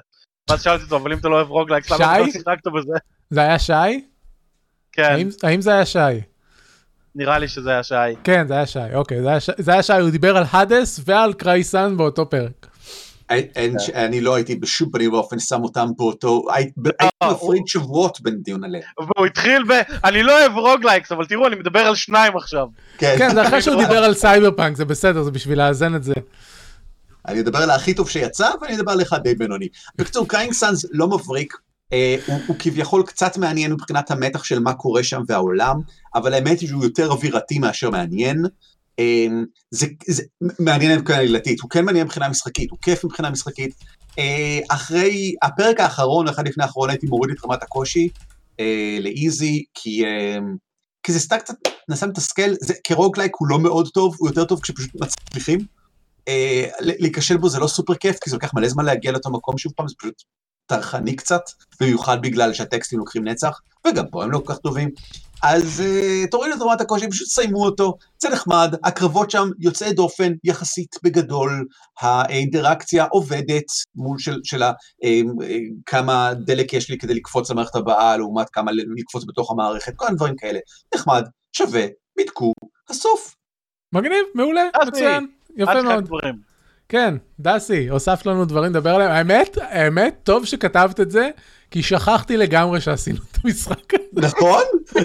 ואז שאלתי אותו, אבל אם אתה לא אוהב רוגלייק, למה אתה שיחקת בזה? זה היה שי? כן. האם זה היה שי? נראה לי שזה היה שי. כן, זה היה שי, אוקיי, זה היה שי, הוא דיבר על הדס ועל קרייסן באותו פרק. אני לא הייתי בשום פנים ואופן שם אותם באותו, הייתי מפריד שבועות בין דיון עליהם. והוא התחיל אני לא אוהב רוגלייקס, אבל תראו, אני מדבר על 2 עכשיו. כן, זה אחרי שהוא דיבר על סייבר פאנק, זה בסדר, זה בשביל לאזן את זה. אני אדבר על הכי טוב שיצא, ואני אדבר על אחד די בינוני. בקצור, קריינג סאנס לא מבריק, הוא כביכול קצת מעניין מבחינת המתח של מה קורה שם והעולם, אבל האמת היא שהוא יותר אווירתי מאשר מעניין. זה מעניין מבחינה עלילתית, הוא כן מעניין מבחינה משחקית, הוא כיף מבחינה משחקית. אחרי הפרק האחרון, אחד לפני האחרון, הייתי מוריד את רמת הקושי לאיזי, כי זה סתם קצת נסה מתסכל, כרוגלייק הוא לא מאוד טוב, הוא יותר טוב כשפשוט מצליחים. להיכשל בו זה לא סופר כיף, כי זה לוקח מלא זמן להגיע לאותו מקום שוב פעם, זה פשוט תרחני קצת, במיוחד בגלל שהטקסטים לוקחים נצח, וגם פה הם לא כל כך טובים. אז תוריד את רמת הקושי, פשוט סיימו אותו, זה נחמד, הקרבות שם יוצאי דופן יחסית בגדול, האינטראקציה עובדת מול של כמה דלק יש לי כדי לקפוץ למערכת הבאה, לעומת כמה לקפוץ בתוך המערכת, כל הדברים כאלה, נחמד, שווה, בדקו, הסוף. מגניב, מעולה, מצוין, יפה מאוד. כן, דסי, הוספת לנו דברים לדבר עליהם, האמת, טוב שכתבת את זה, כי שכחתי לגמרי שעשינו את המשחק הזה. נכון?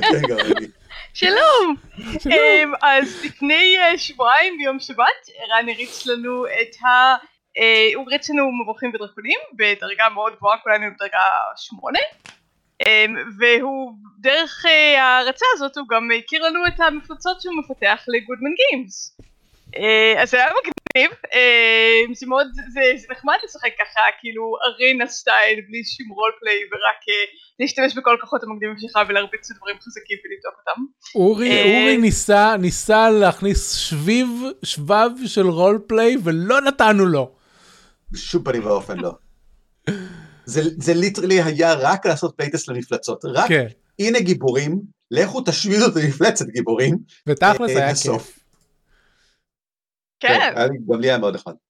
שלום. אז לפני שבועיים ביום שבת, ערן הריץ לנו הוא הריץ לנו מבוכים ודרקונים, בדרגה מאוד גבוהה, כולנו בדרגה 8, והוא דרך ההרצה הזאת, הוא גם הכיר לנו את המפלצות שהוא מפתח לגודמן גיימס. אז זה היה מגניב, זה נחמד לשחק ככה, כאילו ארינה סטייל, בלי שום רולפליי, ורק להשתמש בכל כוחות המקדימים שלך ולהרביץ דברים חזקים ולבדוק אותם. אורי ניסה להכניס שבב של רולפליי, ולא נתנו לו. בשום פנים ואופן לא. זה ליטרלי היה רק לעשות פלייטסט למפלצות, רק הנה גיבורים, לכו תשמידו את המפלצת גיבורים, ותכלס היה כיף. כן. גם לי היה מאוד נחמד.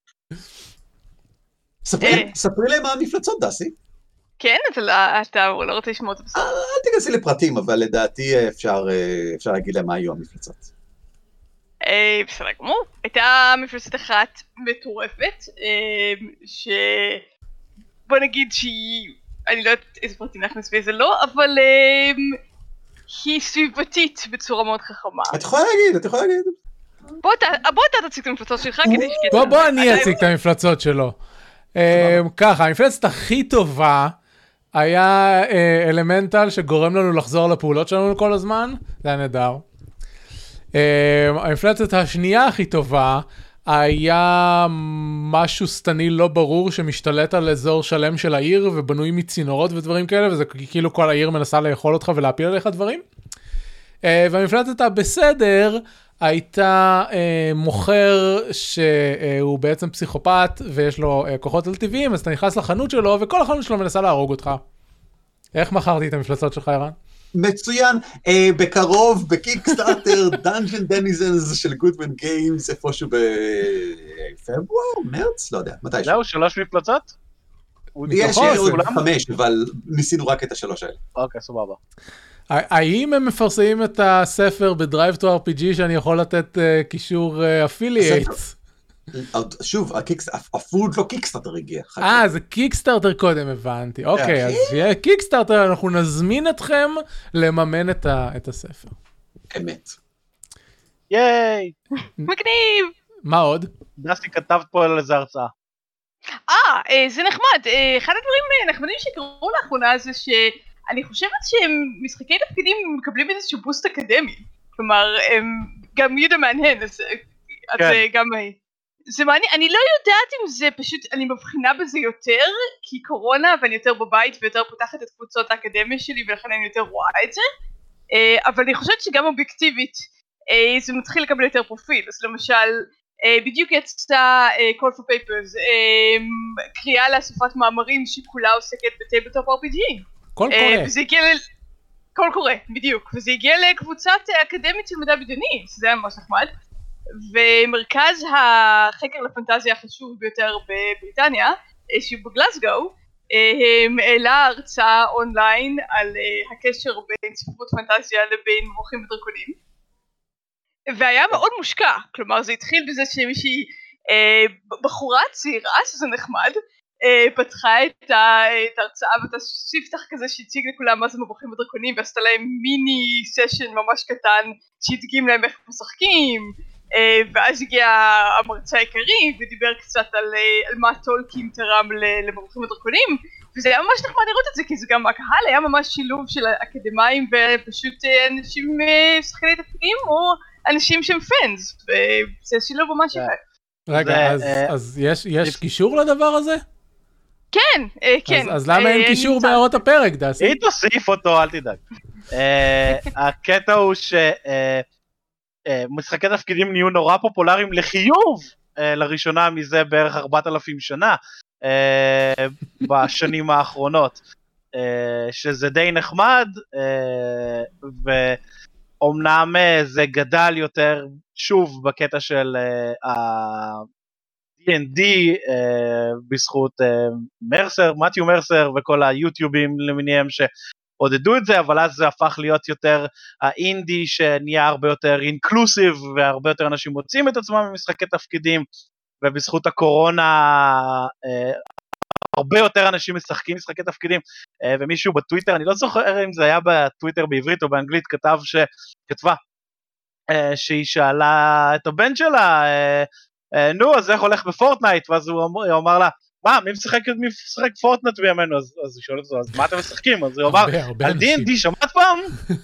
ספרי להם מה המפלצות, דסי. כן, אתה לא רוצה לשמוע את זה בסוף. אל תיכנסי לפרטים, אבל לדעתי אפשר להגיד להם מה היו המפלצות. בסדר גמור. הייתה מפלצת אחת מטורפת, בוא נגיד שהיא, אני לא יודעת איזה פרטים להכניס ואיזה לא, אבל היא סביבתית בצורה מאוד חכמה. את יכולה להגיד. בוא אתה תציג את המפלצות שלך כדי שכתב. בוא אני אציג את המפלצות שלו. ככה, המפלצת הכי טובה היה אלמנטל שגורם לנו לחזור לפעולות שלנו כל הזמן, זה היה נהדר. המפלצת השנייה הכי טובה היה משהו סתני לא ברור שמשתלט על אזור שלם של העיר ובנוי מצינורות ודברים כאלה, וזה כאילו כל העיר מנסה לאכול אותך ולהפיל עליך דברים. והמפלצת הבסדר הייתה מוכר שהוא בעצם פסיכופת ויש לו כוחות על טבעיים, אז אתה נכנס לחנות שלו וכל החנות שלו מנסה להרוג אותך. איך מכרתי את המפלצות שלך, ערן? מצוין, בקרוב בקיקסטארטר דאנג'ן דניזנס של גודמן גיימס, איפשהו בפברואר, מרץ, לא יודע, מתי? זהו, 3 מפלצות? יש עוד 5, אבל ניסינו רק את 3 האלה. אוקיי, סבבה. האם הם מפרסמים את הספר בדרייב טו RPG שאני יכול לתת קישור אפילייט? שוב, אפילו לא קיקסטארטר הגיע. זה קיקסטארטר קודם, הבנתי. אוקיי, אז שיהיה קיקסטארטר, אנחנו נזמין אתכם לממן את הספר. אמת. ייי! מגניב! מה עוד? דסי כתבת פה על איזה הרצאה. זה נחמד. אחד הדברים נחמדים שקראו לאחרונה זה שאני חושבת שמשחקי תפקידים מקבלים איזשהו בוסט אקדמי. כלומר, גם יהודה מהנהן, אז גם... זה מעניין, אני לא יודעת אם זה פשוט, אני מבחינה בזה יותר, כי קורונה ואני יותר בבית ויותר פותחת את קבוצות האקדמיה שלי ולכן אני יותר רואה את זה, אבל אני חושבת שגם אובייקטיבית זה מתחיל לקבל יותר פרופיל, אז למשל בדיוק יצא Call for Papers, קריאה לאסופת מאמרים שכולה עוסקת בטייבלטופ RPG. קול קורא. וזה הגיע קול קורא, בדיוק, וזה הגיע לקבוצת אקדמית של מדע בדיוני, שזה היה ממש נחמד. ומרכז החקר לפנטזיה החשוב ביותר בבריטניה, שהוא בגלסגו, העלה הרצאה אונליין על הקשר בין ספרות פנטזיה לבין מבוכים ודרקונים. והיה מאוד מושקע, כלומר זה התחיל בזה שמישהי בחורה צעירה, שזה נחמד, פתחה את ההרצאה ואת הספתח כזה שהציג לכולם מה זה מבוכים ודרקונים, ועשתה להם מיני סשן ממש קטן שהדגים להם איך משחקים, ואז הגיע המרצה העיקרי ודיבר קצת על מה טולקין תרם למבוכים ודרקונים, וזה היה ממש נחמד לראות את זה, כי זה גם הקהל היה ממש שילוב של אקדמאים ופשוט אנשים שחקני תפקידים או אנשים שהם פאנס, וזה שילוב ממש יפה. רגע, אז יש קישור לדבר הזה? כן, כן. אז למה אין קישור בהערות הפרק, דסי? היא תוסיף אותו, אל תדאג. הקטע הוא שמשחקי תפקידים נהיו נורא פופולריים לחיוב, לראשונה מזה בערך 4,000 שנה, בשנים האחרונות, שזה די נחמד, ואומנם זה גדל יותר, שוב, בקטע של D&D, בזכות מרסר, מתיו מרסר וכל היוטיובים למיניהם שעודדו את זה, אבל אז זה הפך להיות יותר האינדי שנהיה הרבה יותר אינקלוסיב, והרבה יותר אנשים מוצאים את עצמם במשחקי תפקידים, ובזכות הקורונה הרבה יותר אנשים משחקים משחקי תפקידים, ומישהו בטוויטר, אני לא זוכר אם זה היה בטוויטר בעברית או באנגלית, כתבה שהיא שאלה את הבן שלה, נו, אז איך הולך בפורטנייט? ואז הוא אמר לה, מה, מי משחק פורטנייט בימינו? אז היא שואלת אותו, אז מה אתם משחקים? אז הוא אמר, על D&D, שמעת פעם?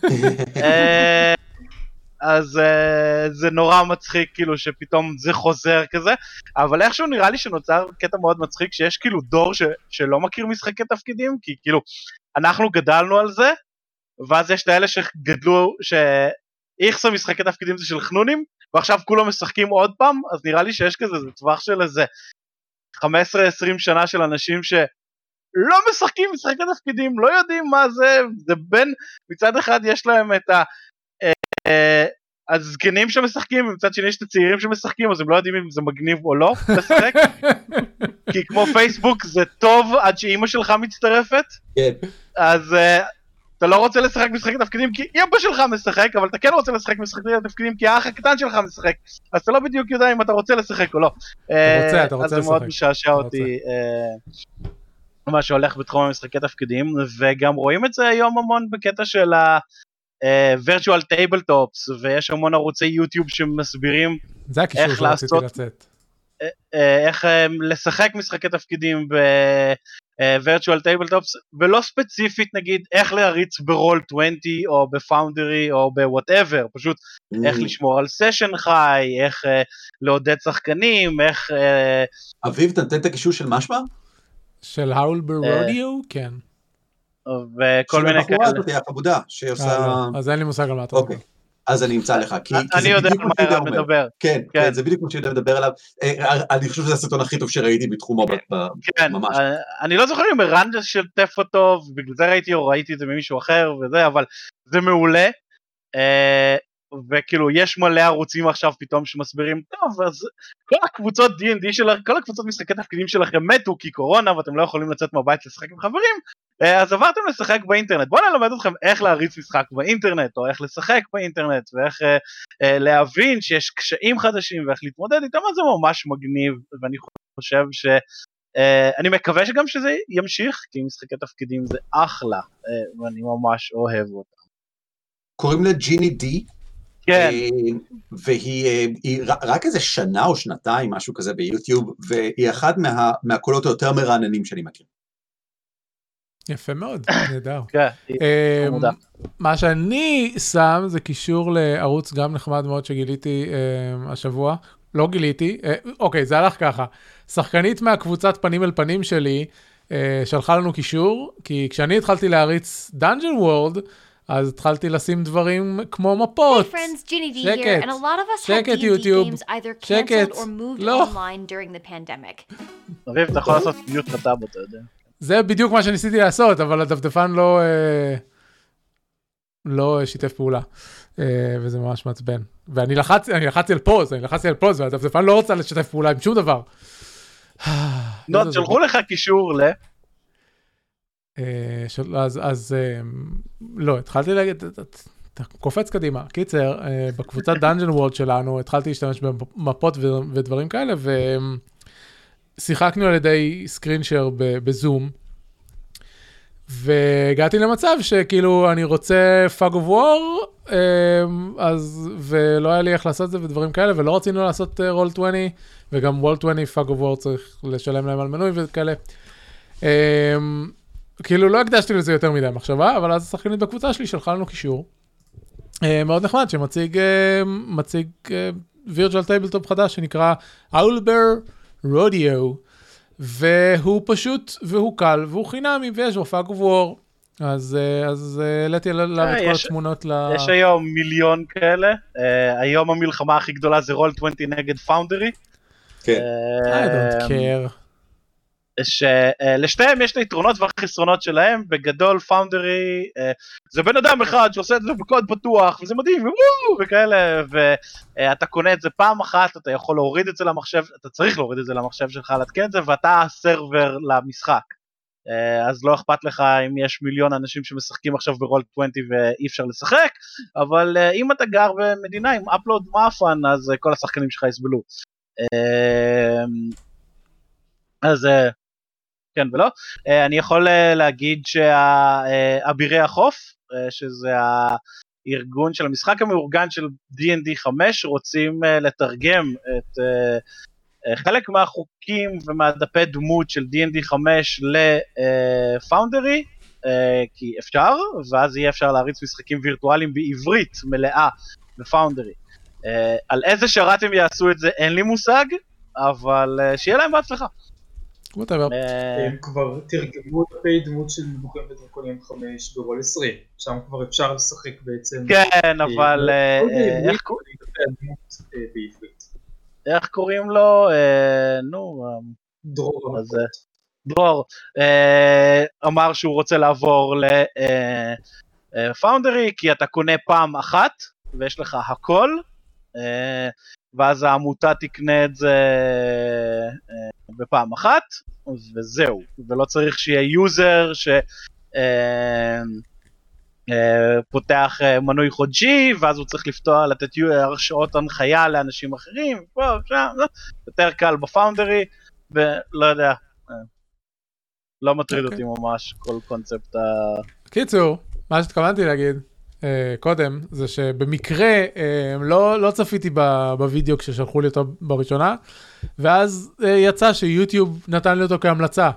אז זה נורא מצחיק, כאילו, שפתאום זה חוזר כזה, אבל איכשהו נראה לי שנוצר קטע מאוד מצחיק, שיש כאילו דור שלא מכיר משחקי תפקידים, כי כאילו, אנחנו גדלנו על זה, ואז יש את האלה שגדלו, שאיכסה משחקי תפקידים זה של חנונים, ועכשיו כולם משחקים עוד פעם, אז נראה לי שיש כזה, זה טווח של איזה 15-20 שנה של אנשים שלא משחקים משחקי תפקידים, לא יודעים מה זה, זה בין, מצד אחד יש להם את הזקנים שמשחקים, ומצד שני יש את הצעירים שמשחקים, אז הם לא יודעים אם זה מגניב או לא לשחק, כי כמו פייסבוק זה טוב עד שאימא שלך מצטרפת, אז אתה לא רוצה לשחק משחקי תפקידים כי אבא שלך משחק, אבל אתה כן רוצה לשחק משחקי תפקידים כי האח הקטן שלך משחק, אז אתה לא בדיוק יודע אם אתה רוצה לשחק או לא. אתה רוצה אז זה מאוד משעשע אותי מה שהולך בתחום המשחקי תפקידים, וגם רואים את זה היום המון בקטע של virtual tabletops, ויש המון ערוצי יוטיוב שמסבירים איך לעשות, איך לשחק משחקי תפקידים virtual tabletops, ולא ספציפית נגיד איך להריץ ברול 20 או בפאונדרי או בוואטאבר, פשוט איך לשמור על סשן חי, איך לעודד שחקנים, איך אביב, תנתן את הקישור של משמע? של האול ברודיו? כן. וכל מיני כאלה. של הבחורה עבודה שעושה... אז אין לי מושג על מה אתה מדבר. אז אני אמצא לך, כי אני יודע על מה אתה מדבר. כן, זה בדיוק מה שאתה מדבר עליו. אני חושב שזה הסרטון הכי טוב שראיתי בתחומו ממש. אני לא זוכר אם ערן שתף אותו, ובגלל זה ראיתי את זה ממישהו אחר וזה, אבל זה מעולה, וכאילו יש מלא ערוצים עכשיו פתאום שמסבירים, טוב, אז כל הקבוצות D&D שלכם, כל הקבוצות משחקי תפקידים שלכם מתו כי קורונה, ואתם לא יכולים לצאת מהבית לשחק עם חברים, אז עברתם לשחק באינטרנט. בואו נלמד אתכם איך להריץ משחק באינטרנט, או איך לשחק באינטרנט, ואיך להבין שיש קשיים חדשים, ואיך להתמודד איתם, אז זה ממש מגניב, ואני חושב אני מקווה שגם שזה ימשיך, כי משחקי תפקידים זה אחלה, ואני ממש אוהב אותם. קוראים לה ג'יני די, כן. והיא רק איזה שנה או שנתיים, משהו כזה ביוטיוב, והיא אחד מהקולות היותר מרעננים שאני מכיר. יפה מאוד, נהדר. חמודה. מה שאני שם זה קישור לערוץ גם נחמד מאוד שגיליתי השבוע, לא גיליתי, אוקיי, זה הלך ככה, שחקנית מהקבוצת פנים אל פנים שלי, שלחה לנו קישור, כי כשאני התחלתי להריץ Dungeon World, אז התחלתי לשים דברים כמו מפות. שקט יוטיוב, שקט, לא. אביב, אתה יכול לעשות מיוט לטאב, אתה יודע. זה בדיוק מה שניסיתי לעשות, אבל הדפדפן לא שיתף פעולה, וזה ממש מעצבן. ואני לחצתי על פוז, והדפדפן לא רוצה לשתף פעולה עם שום דבר. שלחו לך קישור אז לא, התחלתי להגיד, אתה קופץ קדימה. קיצר, בקבוצת Dungeon World שלנו, התחלתי להשתמש במפות ודברים כאלה, ושיחקנו על ידי סקרינשר בזום, והגעתי למצב שכאילו אני רוצה Fog of War, ולא היה לי איך לעשות זה ודברים כאלה, ולא רצינו לעשות Roll20, וגם Roll20 Fog of War צריך לשלם להם על מנוי וכאלה. כאילו לא הקדשתי לזה יותר מדי מחשבה, אבל אז השחקנית בקבוצה שלי שלחה לנו קישור. מאוד נחמד, שמציג וירג'ואל טייבלטופ חדש שנקרא Owlbear Rodeo, והוא פשוט, והוא קל, והוא חינמי, ויש בו Fog of War, אז העליתי עליו את כל התמונות יש היום מיליון כאלה, היום המלחמה הכי גדולה זה Roll20 נגד Foundry. כן. I don't care. שלשתיהם יש את היתרונות והחסרונות שלהם, בגדול פאונדרי זה בן אדם אחד שעושה את זה בקוד פתוח, וזה מדהים, וכאלה, ואתה קונה את זה פעם אחת, אתה יכול להוריד את זה למחשב, אתה צריך להוריד את זה למחשב שלך, להתקן את זה, ואתה הסרבר למשחק, אז לא אכפת לך אם יש מיליון אנשים שמשחקים עכשיו ברול20 ואי אפשר לשחק, אבל אם אתה גר במדינה עם אפלוד מאפן, אז כל השחקנים שלך יסבלו. אז כן ולא, אני יכול להגיד שאבירי החוף, שזה הארגון של המשחק המאורגן של D&D 5, רוצים לתרגם את חלק מהחוקים ומהדפי דמות של D&D 5 לפאונדרי, כי אפשר, ואז יהיה אפשר להריץ משחקים וירטואליים בעברית מלאה בפאונדרי. על איזה שרת הם יעשו את זה אין לי מושג, אבל שיהיה להם בהצלחה. הם כבר תרגמו את דפי דמות של דיווחים ודרקונים 5 ברול 20, שם כבר אפשר לשחק בעצם. כן, אבל איך קוראים לו? נו, דרור אמר שהוא רוצה לעבור לפאונדרי, כי אתה קונה פעם אחת ויש לך הכל, ואז העמותה תקנה את זה בפעם אחת, וזהו, ולא צריך שיהיה יוזר שפותח מנוי חודשי, ואז הוא צריך לפתוח, לתת הרשאות הנחיה לאנשים אחרים, פה, שם, יותר קל בפאונדרי, ולא יודע, לא מטריד אותי ממש כל קונספט קיצור, מה שהתכוונתי להגיד, קודם, זה שבמקרה לא צפיתי בווידאו כששלחו לי אותו בראשונה, ואז יצא שיוטיוב נתן לי אותו כהמלצה,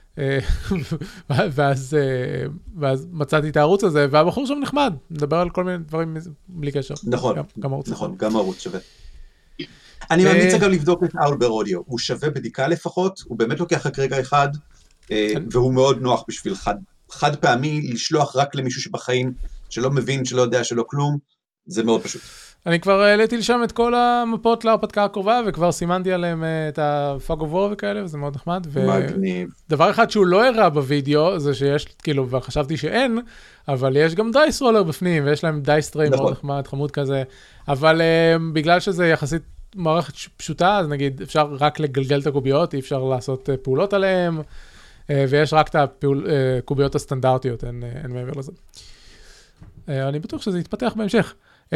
ואז מצאתי את הערוץ הזה, והבחור שם נחמד, מדבר על כל מיני דברים בלי קשר. נכון, גם הערוץ שווה. אני ממליץ אגב לבדוק את Owlbear Rodeo, הוא שווה בדיקה לפחות, הוא באמת לוקח רק רגע אחד, והוא מאוד נוח בשביל חד פעמי, לשלוח רק למישהו שבחיים, שלא מבין, שלא יודע, שלא כלום, זה מאוד פשוט. אני כבר העליתי לשם את כל המפות להרפתקה הקרובה, וכבר סימנתי עליהם את ה-Fog of War וכאלה, וזה מאוד נחמד. מגניב. דבר אחד שהוא לא הראה בווידאו, זה שיש, כאילו, וחשבתי שאין, אבל יש גם דייס רולר בפנים, ויש להם דייס טריי מאוד נחמד, חמוד כזה, אבל בגלל שזה יחסית מערכת פשוטה, אז נגיד, אפשר רק לגלגל את הקוביות, אי אפשר לעשות פעולות עליהם, ויש רק את הקוביות הסטנדרטיות, אין מעבר לזה. אני בטוח שזה יתפתח בהמשך.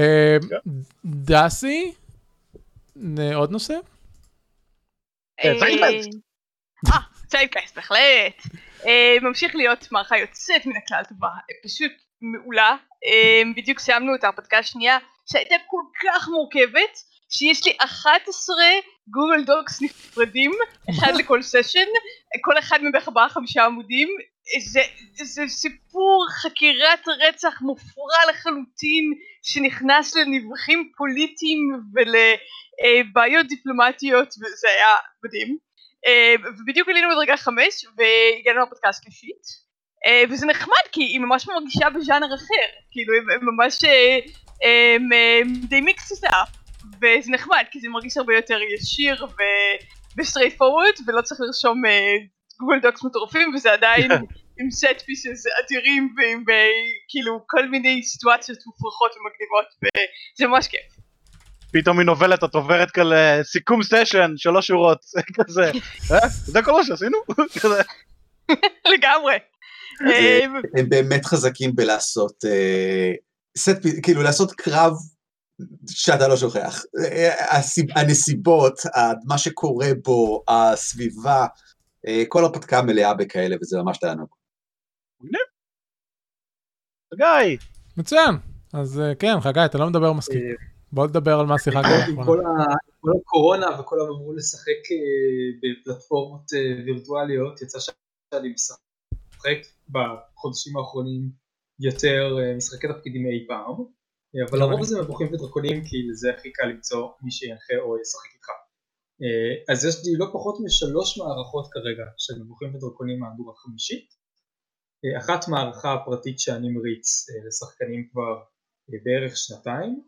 דאסי, עוד נושא? ציידקייסט, בהחלט. ממשיך להיות מערכה יוצאת מן הכלל טובה, פשוט מעולה. בדיוק סיימנו את ההרפתקה השנייה, שהייתה כל כך מורכבת, שיש לי 11 גוגל דוקס נפרדים, אחד לכל סשן, כל אחד מבערך 4-5 עמודים. זה סיפור חקירת רצח מופרע לחלוטין, שנכנס לנבחים פוליטיים ולבעיות דיפלומטיות, וזה היה מדהים. ובדיוק עלינו בדרגה 5 והגענו להרפתקה השלישית, וזה נחמד כי היא ממש מרגישה בז'אנר אחר, כאילו היא ממש די מיקס את אפ, וזה נחמד כי זה מרגיש הרבה יותר ישיר וסטרייט פורוורד, ולא צריך לרשום גוגל דוקס מטורפים, וזה עדיין עם סט פיסס אדירים ועם כאילו כל מיני סיטואציות מופרכות ומגניבות, וזה ממש כיף. פתאום היא נובלת, את עוברת כאלה סיכום סשן, 3 שורות, כזה, זה כל מה שעשינו? לגמרי. הם באמת חזקים בלעשות, כאילו לעשות קרב שאתה לא שוכח. הנסיבות, מה שקורה בו, הסביבה, כל הפתקה מלאה בכאלה, וזה ממש תענוג. חגי. מצוין. אז כן, חגי, אתה לא מדבר מספיק. בוא נדבר על מה שיחקת. עם כל הקורונה וכל המאמרו לשחק בפלטפורמות וירטואליות, יצא שאני משחק בחודשים האחרונים יותר משחקי תפקידים מאי פעם, אבל לרוב זה מבוכים ודרקונים, כי לזה הכי קל למצוא מי שינחה או ישחק איתך. אז יש לי לא פחות מ3 מערכות כרגע של מבוכים ודרקונים מהדורה חמישית. אחת מערכה פרטית שאני מריץ לשחקנים כבר בערך 2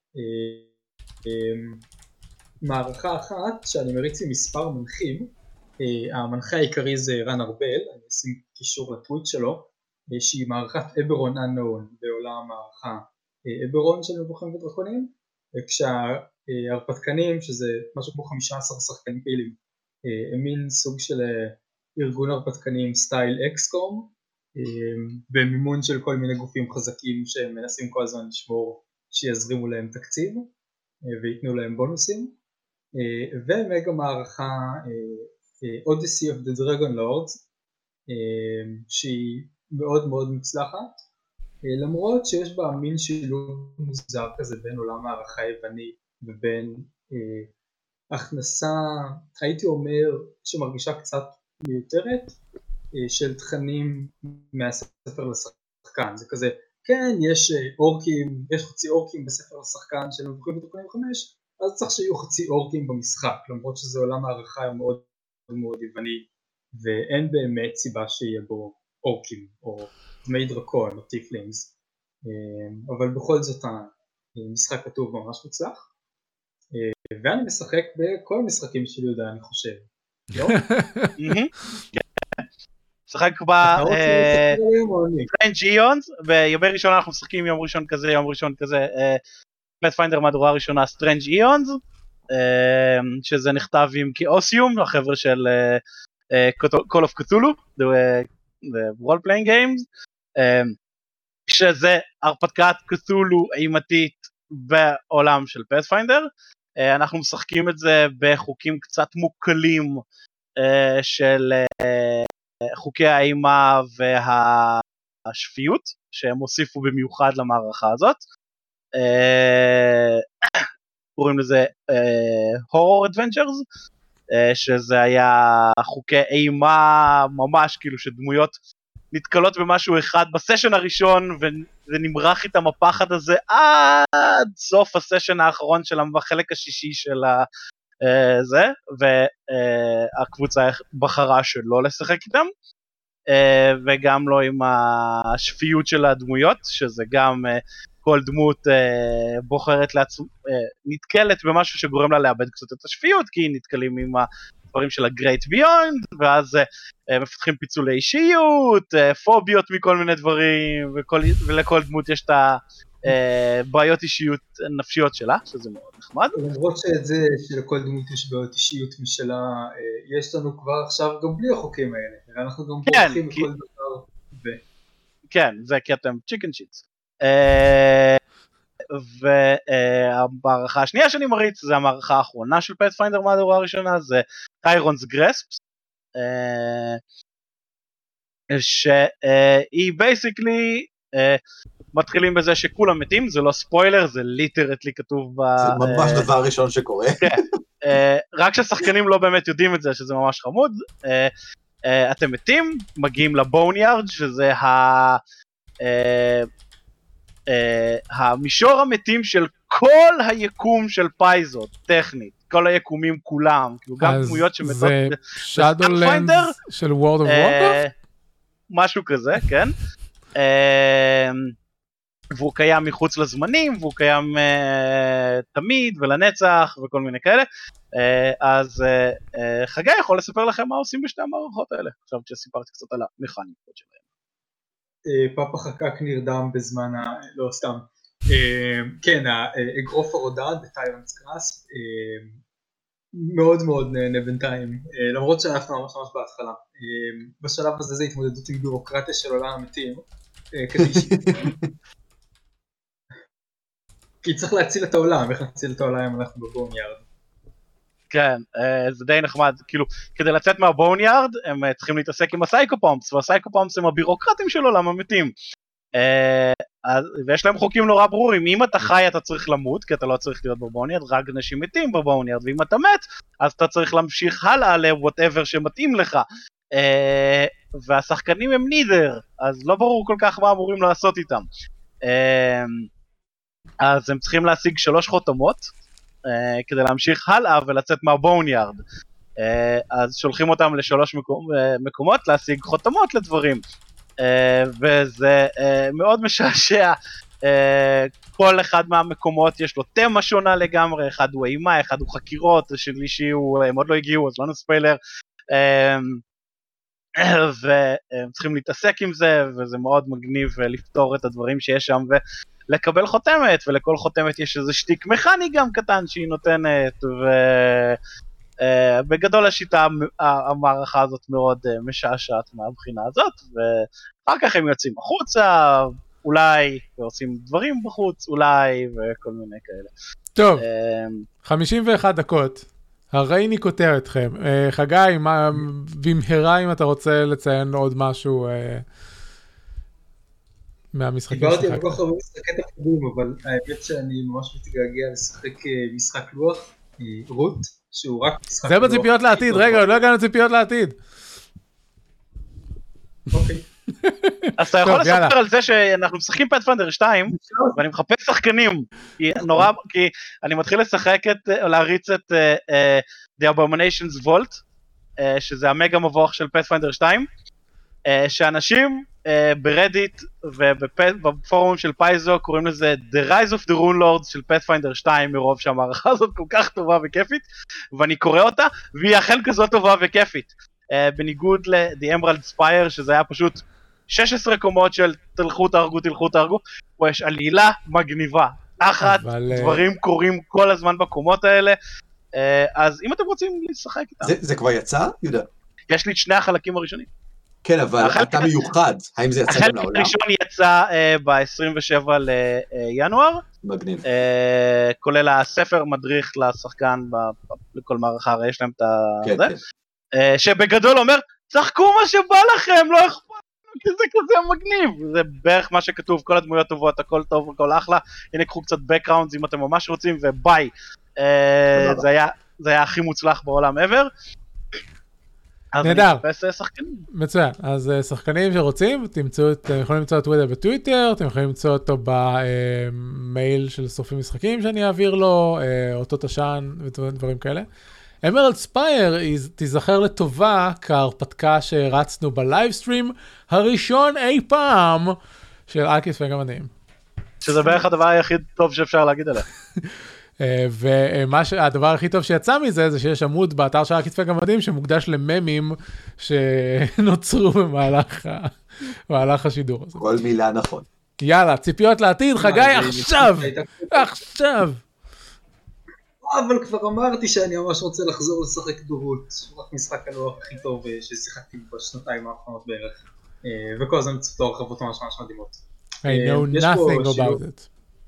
מערכה אחת שאני מריץ עם מספר מנחים. המנחה העיקרי זה רן ארבל, אני אשים קישור לטוויט שלו, שהיא מערכת אברון אנון בעולם המערכה אברון של מבוכים ודרקונים, כשההרפתקנים, שזה משהו כמו 15 שחקנים פעילים, הם מין סוג של ארגון הרפתקנים סטייל אקסקום, במימון של כל מיני גופים חזקים שהם מנסים כל הזמן לשמור שיזרימו להם תקציב ויתנו להם בונוסים. ומגה מערכה Odyssey of the Dragon Lords, שהיא מאוד מאוד מוצלחת, למרות שיש בה מין שילוב מוזר כזה בין עולם הערכה היווני ובין הכנסה, הייתי אומר, שמרגישה קצת מיותרת, של תכנים מהספר לשחקן. זה כזה, כן, יש אורקים, יש חצי אורקים בספר לשחקן של מבוכים ודרקונים 5, אז צריך שיהיו חצי אורקים במשחק, למרות שזה עולם הערכה מאוד מאוד יווני, ואין באמת סיבה שיהיה בו אורקים, או דמי דרקון, או טיפלינגס, אבל בכל זאת המשחק כתוב ממש מוצלח, ואני משחק בכל המשחקים של יהודה, אני חושב. לא? משחק ב-Strange Eons, בימי ראשון אנחנו משחקים יום ראשון כזה, פאת'פיינדר מהדורה ראשונה Strange Eons, שזה נכתב עם כאוסיום, החבר'ה של Call of Cthulhu, the role playing games, שזה הרפתקת קתולו אימתית בעולם של פאת'פיינדר. אנחנו משחקים את זה בחוקים קצת מוקלים של חוקי האימה והשפיות, שהם הוסיפו במיוחד למערכה הזאת. קוראים לזה Horror Adventures, שזה היה חוקי אימה ממש, כאילו שדמויות נתקלות במשהו אחד בסשן הראשון, ונמרח איתם הפחד הזה עד סוף הסשן האחרון שלהם, בחלק השישי של זה, והקבוצה בחרה שלא לשחק איתם, וגם לא עם השפיות של הדמויות, שזה גם כל דמות בוחרת לעצמה, נתקלת במשהו שגורם לה לאבד קצת את השפיות, כי נתקלים עם הדברים של ה-Great Beyond, ואז מפתחים פיצולי אישיות, פוביות מכל מיני דברים, ולכל דמות יש את הבעיות אישיות נפשיות שלה, שזה מאוד נחמד. למרות שאת זה שלכל דמות יש בעיות אישיות משלה, יש לנו כבר עכשיו גם בלי החוקים האלה, ואנחנו גם בורחים בכל דבר. כן, זה כי אתם צ'יקן שיטס. והמערכה השנייה שאני מריץ זה המערכה האחרונה של פאת'פיינדר מהדורה הראשונה, זה טיירונס גרספס, שהיא בייסיקלי מתחילים בזה שכולם מתים, זה לא ספוילר, זה ליטרטלי כתוב זה ממש דבר ראשון שקורה. רק ששחקנים לא באמת יודעים את זה, שזה ממש חמוד. אתם מתים, מגיעים לבונייארד, שזה המישור המתים של כל היקום של פייזות, טכנית, כל היקומים כולם, כאילו גם דמויות שמתות. זה Shadowlands של World of Warcraft? משהו כזה, כן. והוא קיים מחוץ לזמנים, והוא קיים תמיד ולנצח וכל מיני כאלה. אז חגי יכול לספר לכם מה עושים בשתי המערכות האלה, עכשיו כשסיפרתי קצת על המכניקות שלהם. פאפה חקק נרדם בזמן לא סתם. כן, אגרוף הרודן בטיירנס גרספ, מאוד מאוד נהנה בינתיים, למרות שאנחנו ממש ממש בהתחלה. בשלב הזה זה התמודדות עם בירוקרטיה של עולם המתים, כי צריך להציל את העולם, איך להציל את העולם אם אנחנו בבוניארד. כן, זה די נחמד, כאילו, כדי לצאת מהבוניארד, הם צריכים להתעסק עם הסייקופומפס, והסייקופומפס הם הבירוקרטים של עולם המתים. ויש להם חוקים נורא ברורים, אם אתה חי אתה צריך למות, כי אתה לא צריך להיות בבוניארד, רק אנשים מתים בבוניארד, ואם אתה מת, אז אתה צריך להמשיך הלאה ל-whatever שמתאים לך. והשחקנים הם נידר, אז לא ברור כל כך מה אמורים לעשות איתם. אז הם צריכים להשיג 3 חותמות, כדי להמשיך הלאה ולצאת מהבוניארד. אז שולחים אותם ל3 מקומות להשיג חותמות לדברים. וזה מאוד משעשע, כל אחד מהמקומות יש לו תמה שונה לגמרי, אחד הוא אימה, אחד הוא חקירות, שלישי הם עוד לא הגיעו אז לא נספיילר, והם צריכים להתעסק עם זה, וזה מאוד מגניב לפתור את הדברים שיש שם ולקבל חותמת, ולכל חותמת יש איזה שטיק מכני גם קטן שהיא נותנת, בגדול השיטה, המערכה הזאת מאוד משעשעת מהבחינה הזאת, ואחר כך הם יוצאים החוצה, אולי, ועושים דברים בחוץ, אולי, וכל מיני כאלה. טוב, 51 דקות, הרייני קוטע אתכם. חגי, במהרה אם אתה רוצה לציין עוד משהו מהמשחקים שלך. דיברתי על כל כך הרבה משחקי תפקידים, אבל האמת שאני ממש מתגעגע לשחק משחק לוח, רוט, שהוא רק משחק זה בציפיות לעתיד, רגע, לא הגענו לציפיות לעתיד. אוקיי. אז אתה יכול לספר על זה שאנחנו משחקים פאת'פיינדר 2, ואני מחפש שחקנים, כי אני מתחיל לשחק להריץ את The Abominations Vault, שזה המגה מבוך של פאת'פיינדר 2, שאנשים ברדיט ובפורום של פייזו קוראים לזה The Rise of the Rune Lords של פאת'פיינדר 2, מרוב שהמערכה הזאת כל כך טובה וכיפית, ואני קורא אותה, והיא אכן כזאת טובה וכיפית, בניגוד ל-The Emerald Spire, שזה היה פשוט 16 קומות של תלכו תהרגו, פה יש עלילה מגניבה, דברים קורים כל הזמן בקומות האלה, אז אם אתם רוצים לשחק איתם. זה כבר יצא, יהודה? יש לי את 2 החלקים הראשונים. כן, אבל אתה מיוחד, האם זה יצא גם לעולם? החלק הראשון יצא ב-27 לינואר, מגניב. כולל הספר מדריך לשחקן לכל מערכה, הרי יש להם את זה, שבגדול אומר, צחקו מה שבא לכם, לא אכפת, כי זה כזה מגניב, זה בערך מה שכתוב, כל הדמויות טובות, הכל טוב, הכל אחלה, הנה קחו קצת backgrounds אם אתם ממש רוצים, וביי. זה היה הכי מוצלח בעולם ever. נהדר, מצוין, אז שחקנים שרוצים, אתם יכולים למצוא את ווידה בטוויטר, אתם יכולים למצוא אותו במייל של שורפים משחקים שאני אעביר לו, אותו תשן ודברים כאלה. אמרלד ספייר תיזכר לטובה כהרפתקה שרצנו בלייבסטרים הראשון אי פעם של אקיס וגמדים. שזה בערך הדבר היחיד טוב שאפשר להגיד עליה. והדבר הכי טוב שיצא מזה זה שיש עמוד באתר של אקיס וגמדים שמוקדש לממים שנוצרו במהלך השידור הזה. כל מילה נכון. יאללה, ציפיות לעתיד, חגי, עכשיו! אבל כבר אמרתי שאני ממש רוצה לחזור לשחק דורות, רק משחק הלוח הכי טוב ששיחקתי בשנתיים האחרונות בערך, וכל הזמן צפתו הרחבות ממש ממש מדהימות. I know nothing about it.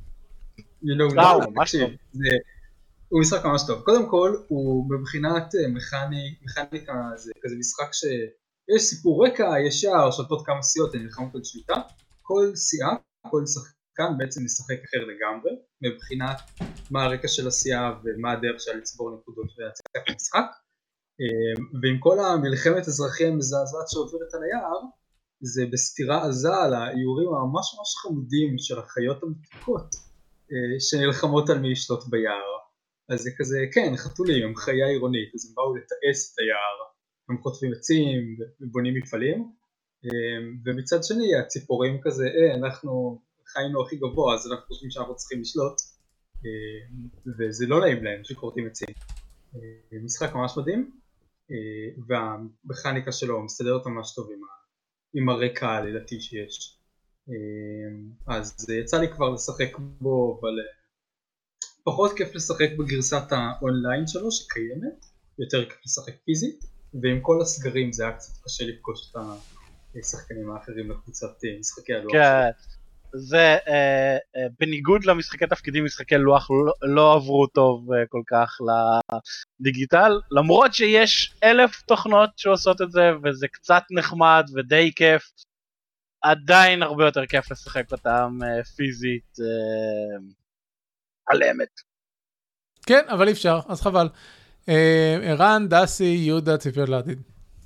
הוא משחק ממש טוב. קודם כל, הוא מבחינת מכניקה, זה כזה משחק שיש סיפור רקע, יש שער, שולטות כמה סיעות, הן נלחמות על שליטה, כל סיעה, כל שחקן בעצם משחק אחר לגמרי, מבחינת מה הרקע של הסיעה ומה הדרך של לצבור נקודות ולהצליח את המשחק, ועם כל המלחמת אזרחי המזעזעת שעוברת על היער, זה בסתירה עזה על האיורים הממש ממש חמודים של החיות המתוקות שנלחמות על מי לשלוט ביער. אז זה כזה, כן, חתולים, הם חיה עירונית, אז הם באו לטעס את היער, הם חוטפים עצים ובונים מפעלים, ומצד שני הציפורים כזה, אנחנו חיינו הכי גבוה, אז אנחנו חושבים שאנחנו צריכים לשלוט, וזה לא נעים להם שכורתים עצים. משחק ממש מדהים, והמכניקה שלו מסתדרת ממש טוב עם הרקע הלילתי שיש. אז יצא לי כבר לשחק בו, אבל פחות כיף לשחק בגרסת האונליין שלו שקיימת, יותר כיף לשחק פיזית, ועם כל הסגרים זה היה קצת קשה לפגוש את השחקנים האחרים לקבוצת משחקי הלוח. כן, זה בניגוד למשחקי תפקידים, משחקי לוח לא עברו טוב כל כך לדיגיטל, למרות שיש 1000 תוכנות שעושות את זה, וזה קצת נחמד ודי כיף, עדיין הרבה יותר כיף לשחק אותם פיזית על אמת. כן, אבל אי אפשר, אז חבל. ערן, דסי, יהודה, ציפיות לעתיד.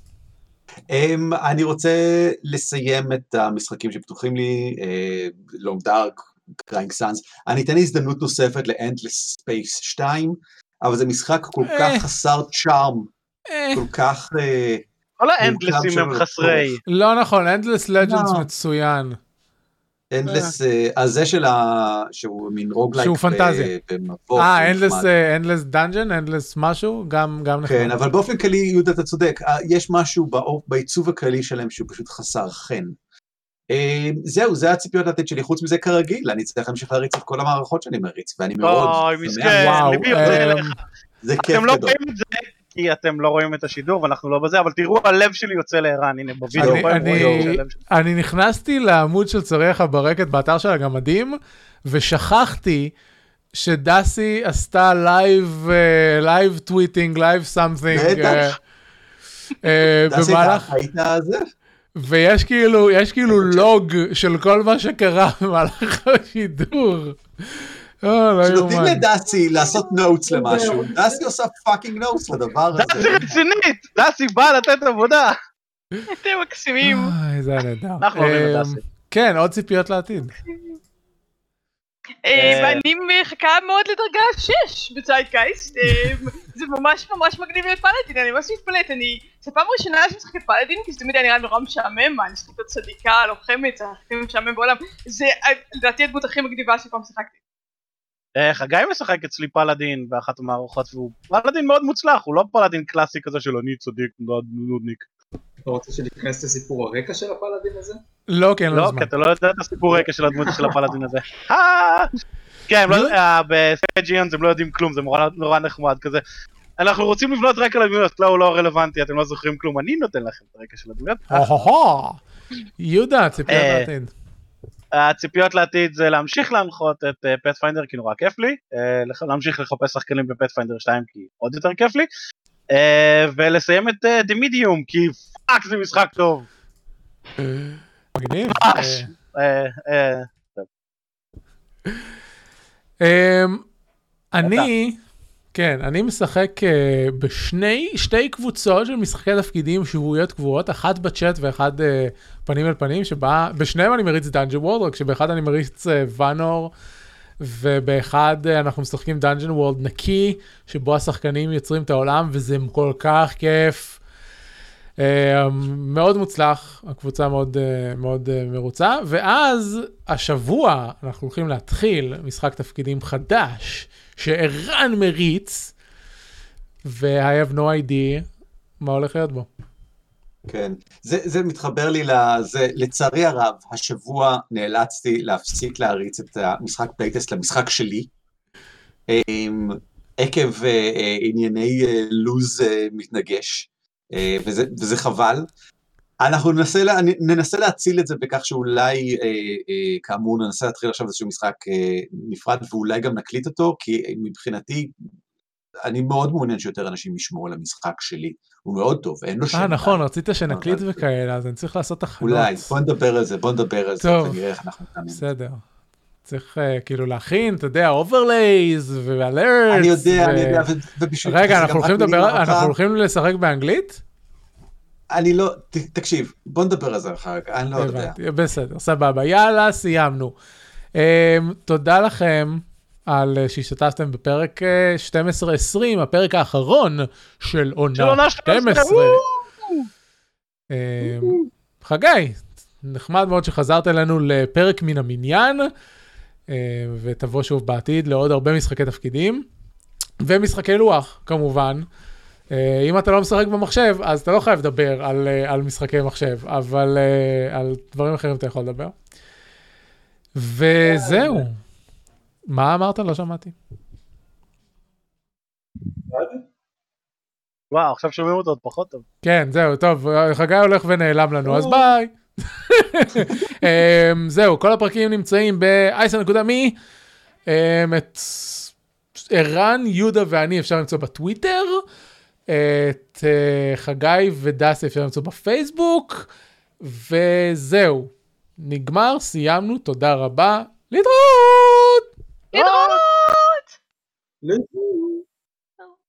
אני רוצה לסיים את המשחקים שפתוחים לי, Long Dark, Crying Suns. אני אתן הזדמנות נוספת ל-Endless Space 2, אבל זה משחק כל כך חסר צ'ארם, כל כך... כל האנדלסים הם חסרי. לא נכון, Endless Legends מצוין. Endless, אז זה שהוא מין רוגלייק. שהוא פנטזיה. Endless Dungeon, Endless משהו, גם נחמד. כן, אבל באופן כללי, יהודה, אתה צודק, יש משהו בעיצוב הכללי שלהם שהוא פשוט חסר חן. זהו, זה הציפיות לתת שלי, חוץ מזה כרגיל, אני צריך להמשיך להריץ את כל המערכות שאני מריץ, ואני מאוד... אוי, מסכן, ליבי יוצא אליך. זה כיף גדול. אתם לא רואים את זה, כי אתם לא רואים את השידור, ואנחנו לא בזה, אבל תראו, הלב שלי יוצא לערן, הנה בווידאו. אני נכנסתי לעמוד של צריח הברקת באתר של הגמדים, ושכחתי שדסי עשתה לייב טוויטינג, לייב סאמפינג. בטח. דסי, היית זה? ויש כאילו לוג של כל מה שקרה במהלך השידור. שנותנים לדסי לעשות נוטס למשהו, דסי עושה פאקינג נוטס לדבר הזה. דסי רצינית, דסי באה לתת עבודה. אתם מקסימים. זה נהדר. אנחנו אוהבים את דסי. כן, עוד ציפיות לעתיד. ואני מחכה מאוד לדרגה 6 בציידגייסט, זה ממש ממש מגניב לפלאדין, אני ממש מתפלאת, זה פעם ראשונה שאני משחקת פלאדין, כי זה תמיד היה נראה נורא משעמם, מה, אני משחקת צדיקה, לוחמת, זה הכי משעמם בעולם, זה לדעתי הדמות הכי מגניבה שפעם שיחקתי. חגי משחק אצלי פלאדין באחת המערכות, והוא פלאדין מאוד מוצלח, הוא לא פלאדין קלאסי כזה של אני צדיק, נודניק. אתה רוצה שניכנס לסיפור הרקע של הפלאדין הזה? לא, כן, לא זמן. כי אתה לא יודע את הסיפור הרקע של הדמות של הפלאדין הזה. כן, בסטג'יונס הם לא יודעים כלום, זה נורא נחמד כזה. אנחנו רוצים לבנות רקע לדמויות, לא, הוא לא רלוונטי, אתם לא זוכרים כלום, אני נותן לכם את הרקע של הדמויות. יהודה, ציפיות לעתיד. הציפיות לעתיד זה להמשיך להנחות את פאת'פיינדר, כי נורא כיף לי, להמשיך לחפש שחקנים בפאת'פיינדר 2, כי עוד יותר כיף לי, ולסיים את The Medium, כי פאק זה משחק טוב. מגניב. אני משחק בשתי קבוצות של משחקי תפקידים שבועיות קבועות, אחת בצ'אט ואחד פנים אל פנים, שבשניהם אני מריץ Dungeon World, רק שבאחד אני מריץ Vanor, ובאחד אנחנו משחקים Dungeon World נקי, שבו השחקנים יוצרים את העולם, וזה כל כך כיף. מאוד מוצלח, הקבוצה מאוד מרוצה, ואז השבוע אנחנו הולכים להתחיל משחק תפקידים חדש, שערן מריץ, ו-I have no idea מה הולך להיות בו. כן, זה מתחבר לי לצערי הרב, השבוע נאלצתי להפסיק להריץ את המשחק פלייטסט למשחק שלי, עקב ענייני לוז מתנגש, וזה חבל. אנחנו ננסה להציל את זה בכך שאולי, כאמור, ננסה להתחיל עכשיו איזשהו משחק נפרד, ואולי גם נקליט אותו, כי מבחינתי, אני מאוד מעוניין שיותר אנשים ישמעו על המשחק שלי. הוא מאוד טוב, אין לו שם. נכון, רצית שנקליט וכאלה, אז אני צריך לעשות תחנות. אולי, בוא נדבר על זה, ונראה איך אנחנו נתאמן. בסדר. צריך כאילו להכין, אתה יודע, אוברלייז ואלרטס. אני יודע, רגע, אנחנו הולכים לשחק באנגלית? אני לא, תקשיב, בוא נדבר על זה אחר כך, אני לא יודע. בסדר, סבבה, יאללה, סיימנו. תודה לכם על שהשתתפתם בפרק 12-20, הפרק האחרון של עונה 12. חגי, נחמד מאוד שחזרת אלינו לפרק מן המניין, ותבוא שוב בעתיד לעוד הרבה משחקי תפקידים, ומשחקי לוח, כמובן. אם אתה לא משחק במחשב, אז אתה לא חייב לדבר על משחקי מחשב, אבל על דברים אחרים אתה יכול לדבר. וזהו. מה אמרת? לא שמעתי. וואו, עכשיו שומעים אותו עוד פחות טוב. כן, זהו, טוב, חגי הולך ונעלם לנו, אז ביי. זהו, כל הפרקים נמצאים ב-ice.me, את ערן, יהודה ואני אפשר למצוא בטוויטר, את חגי ודסי אפשר למצוא בפייסבוק, וזהו, נגמר, סיימנו, תודה רבה, להתראות! להתראות!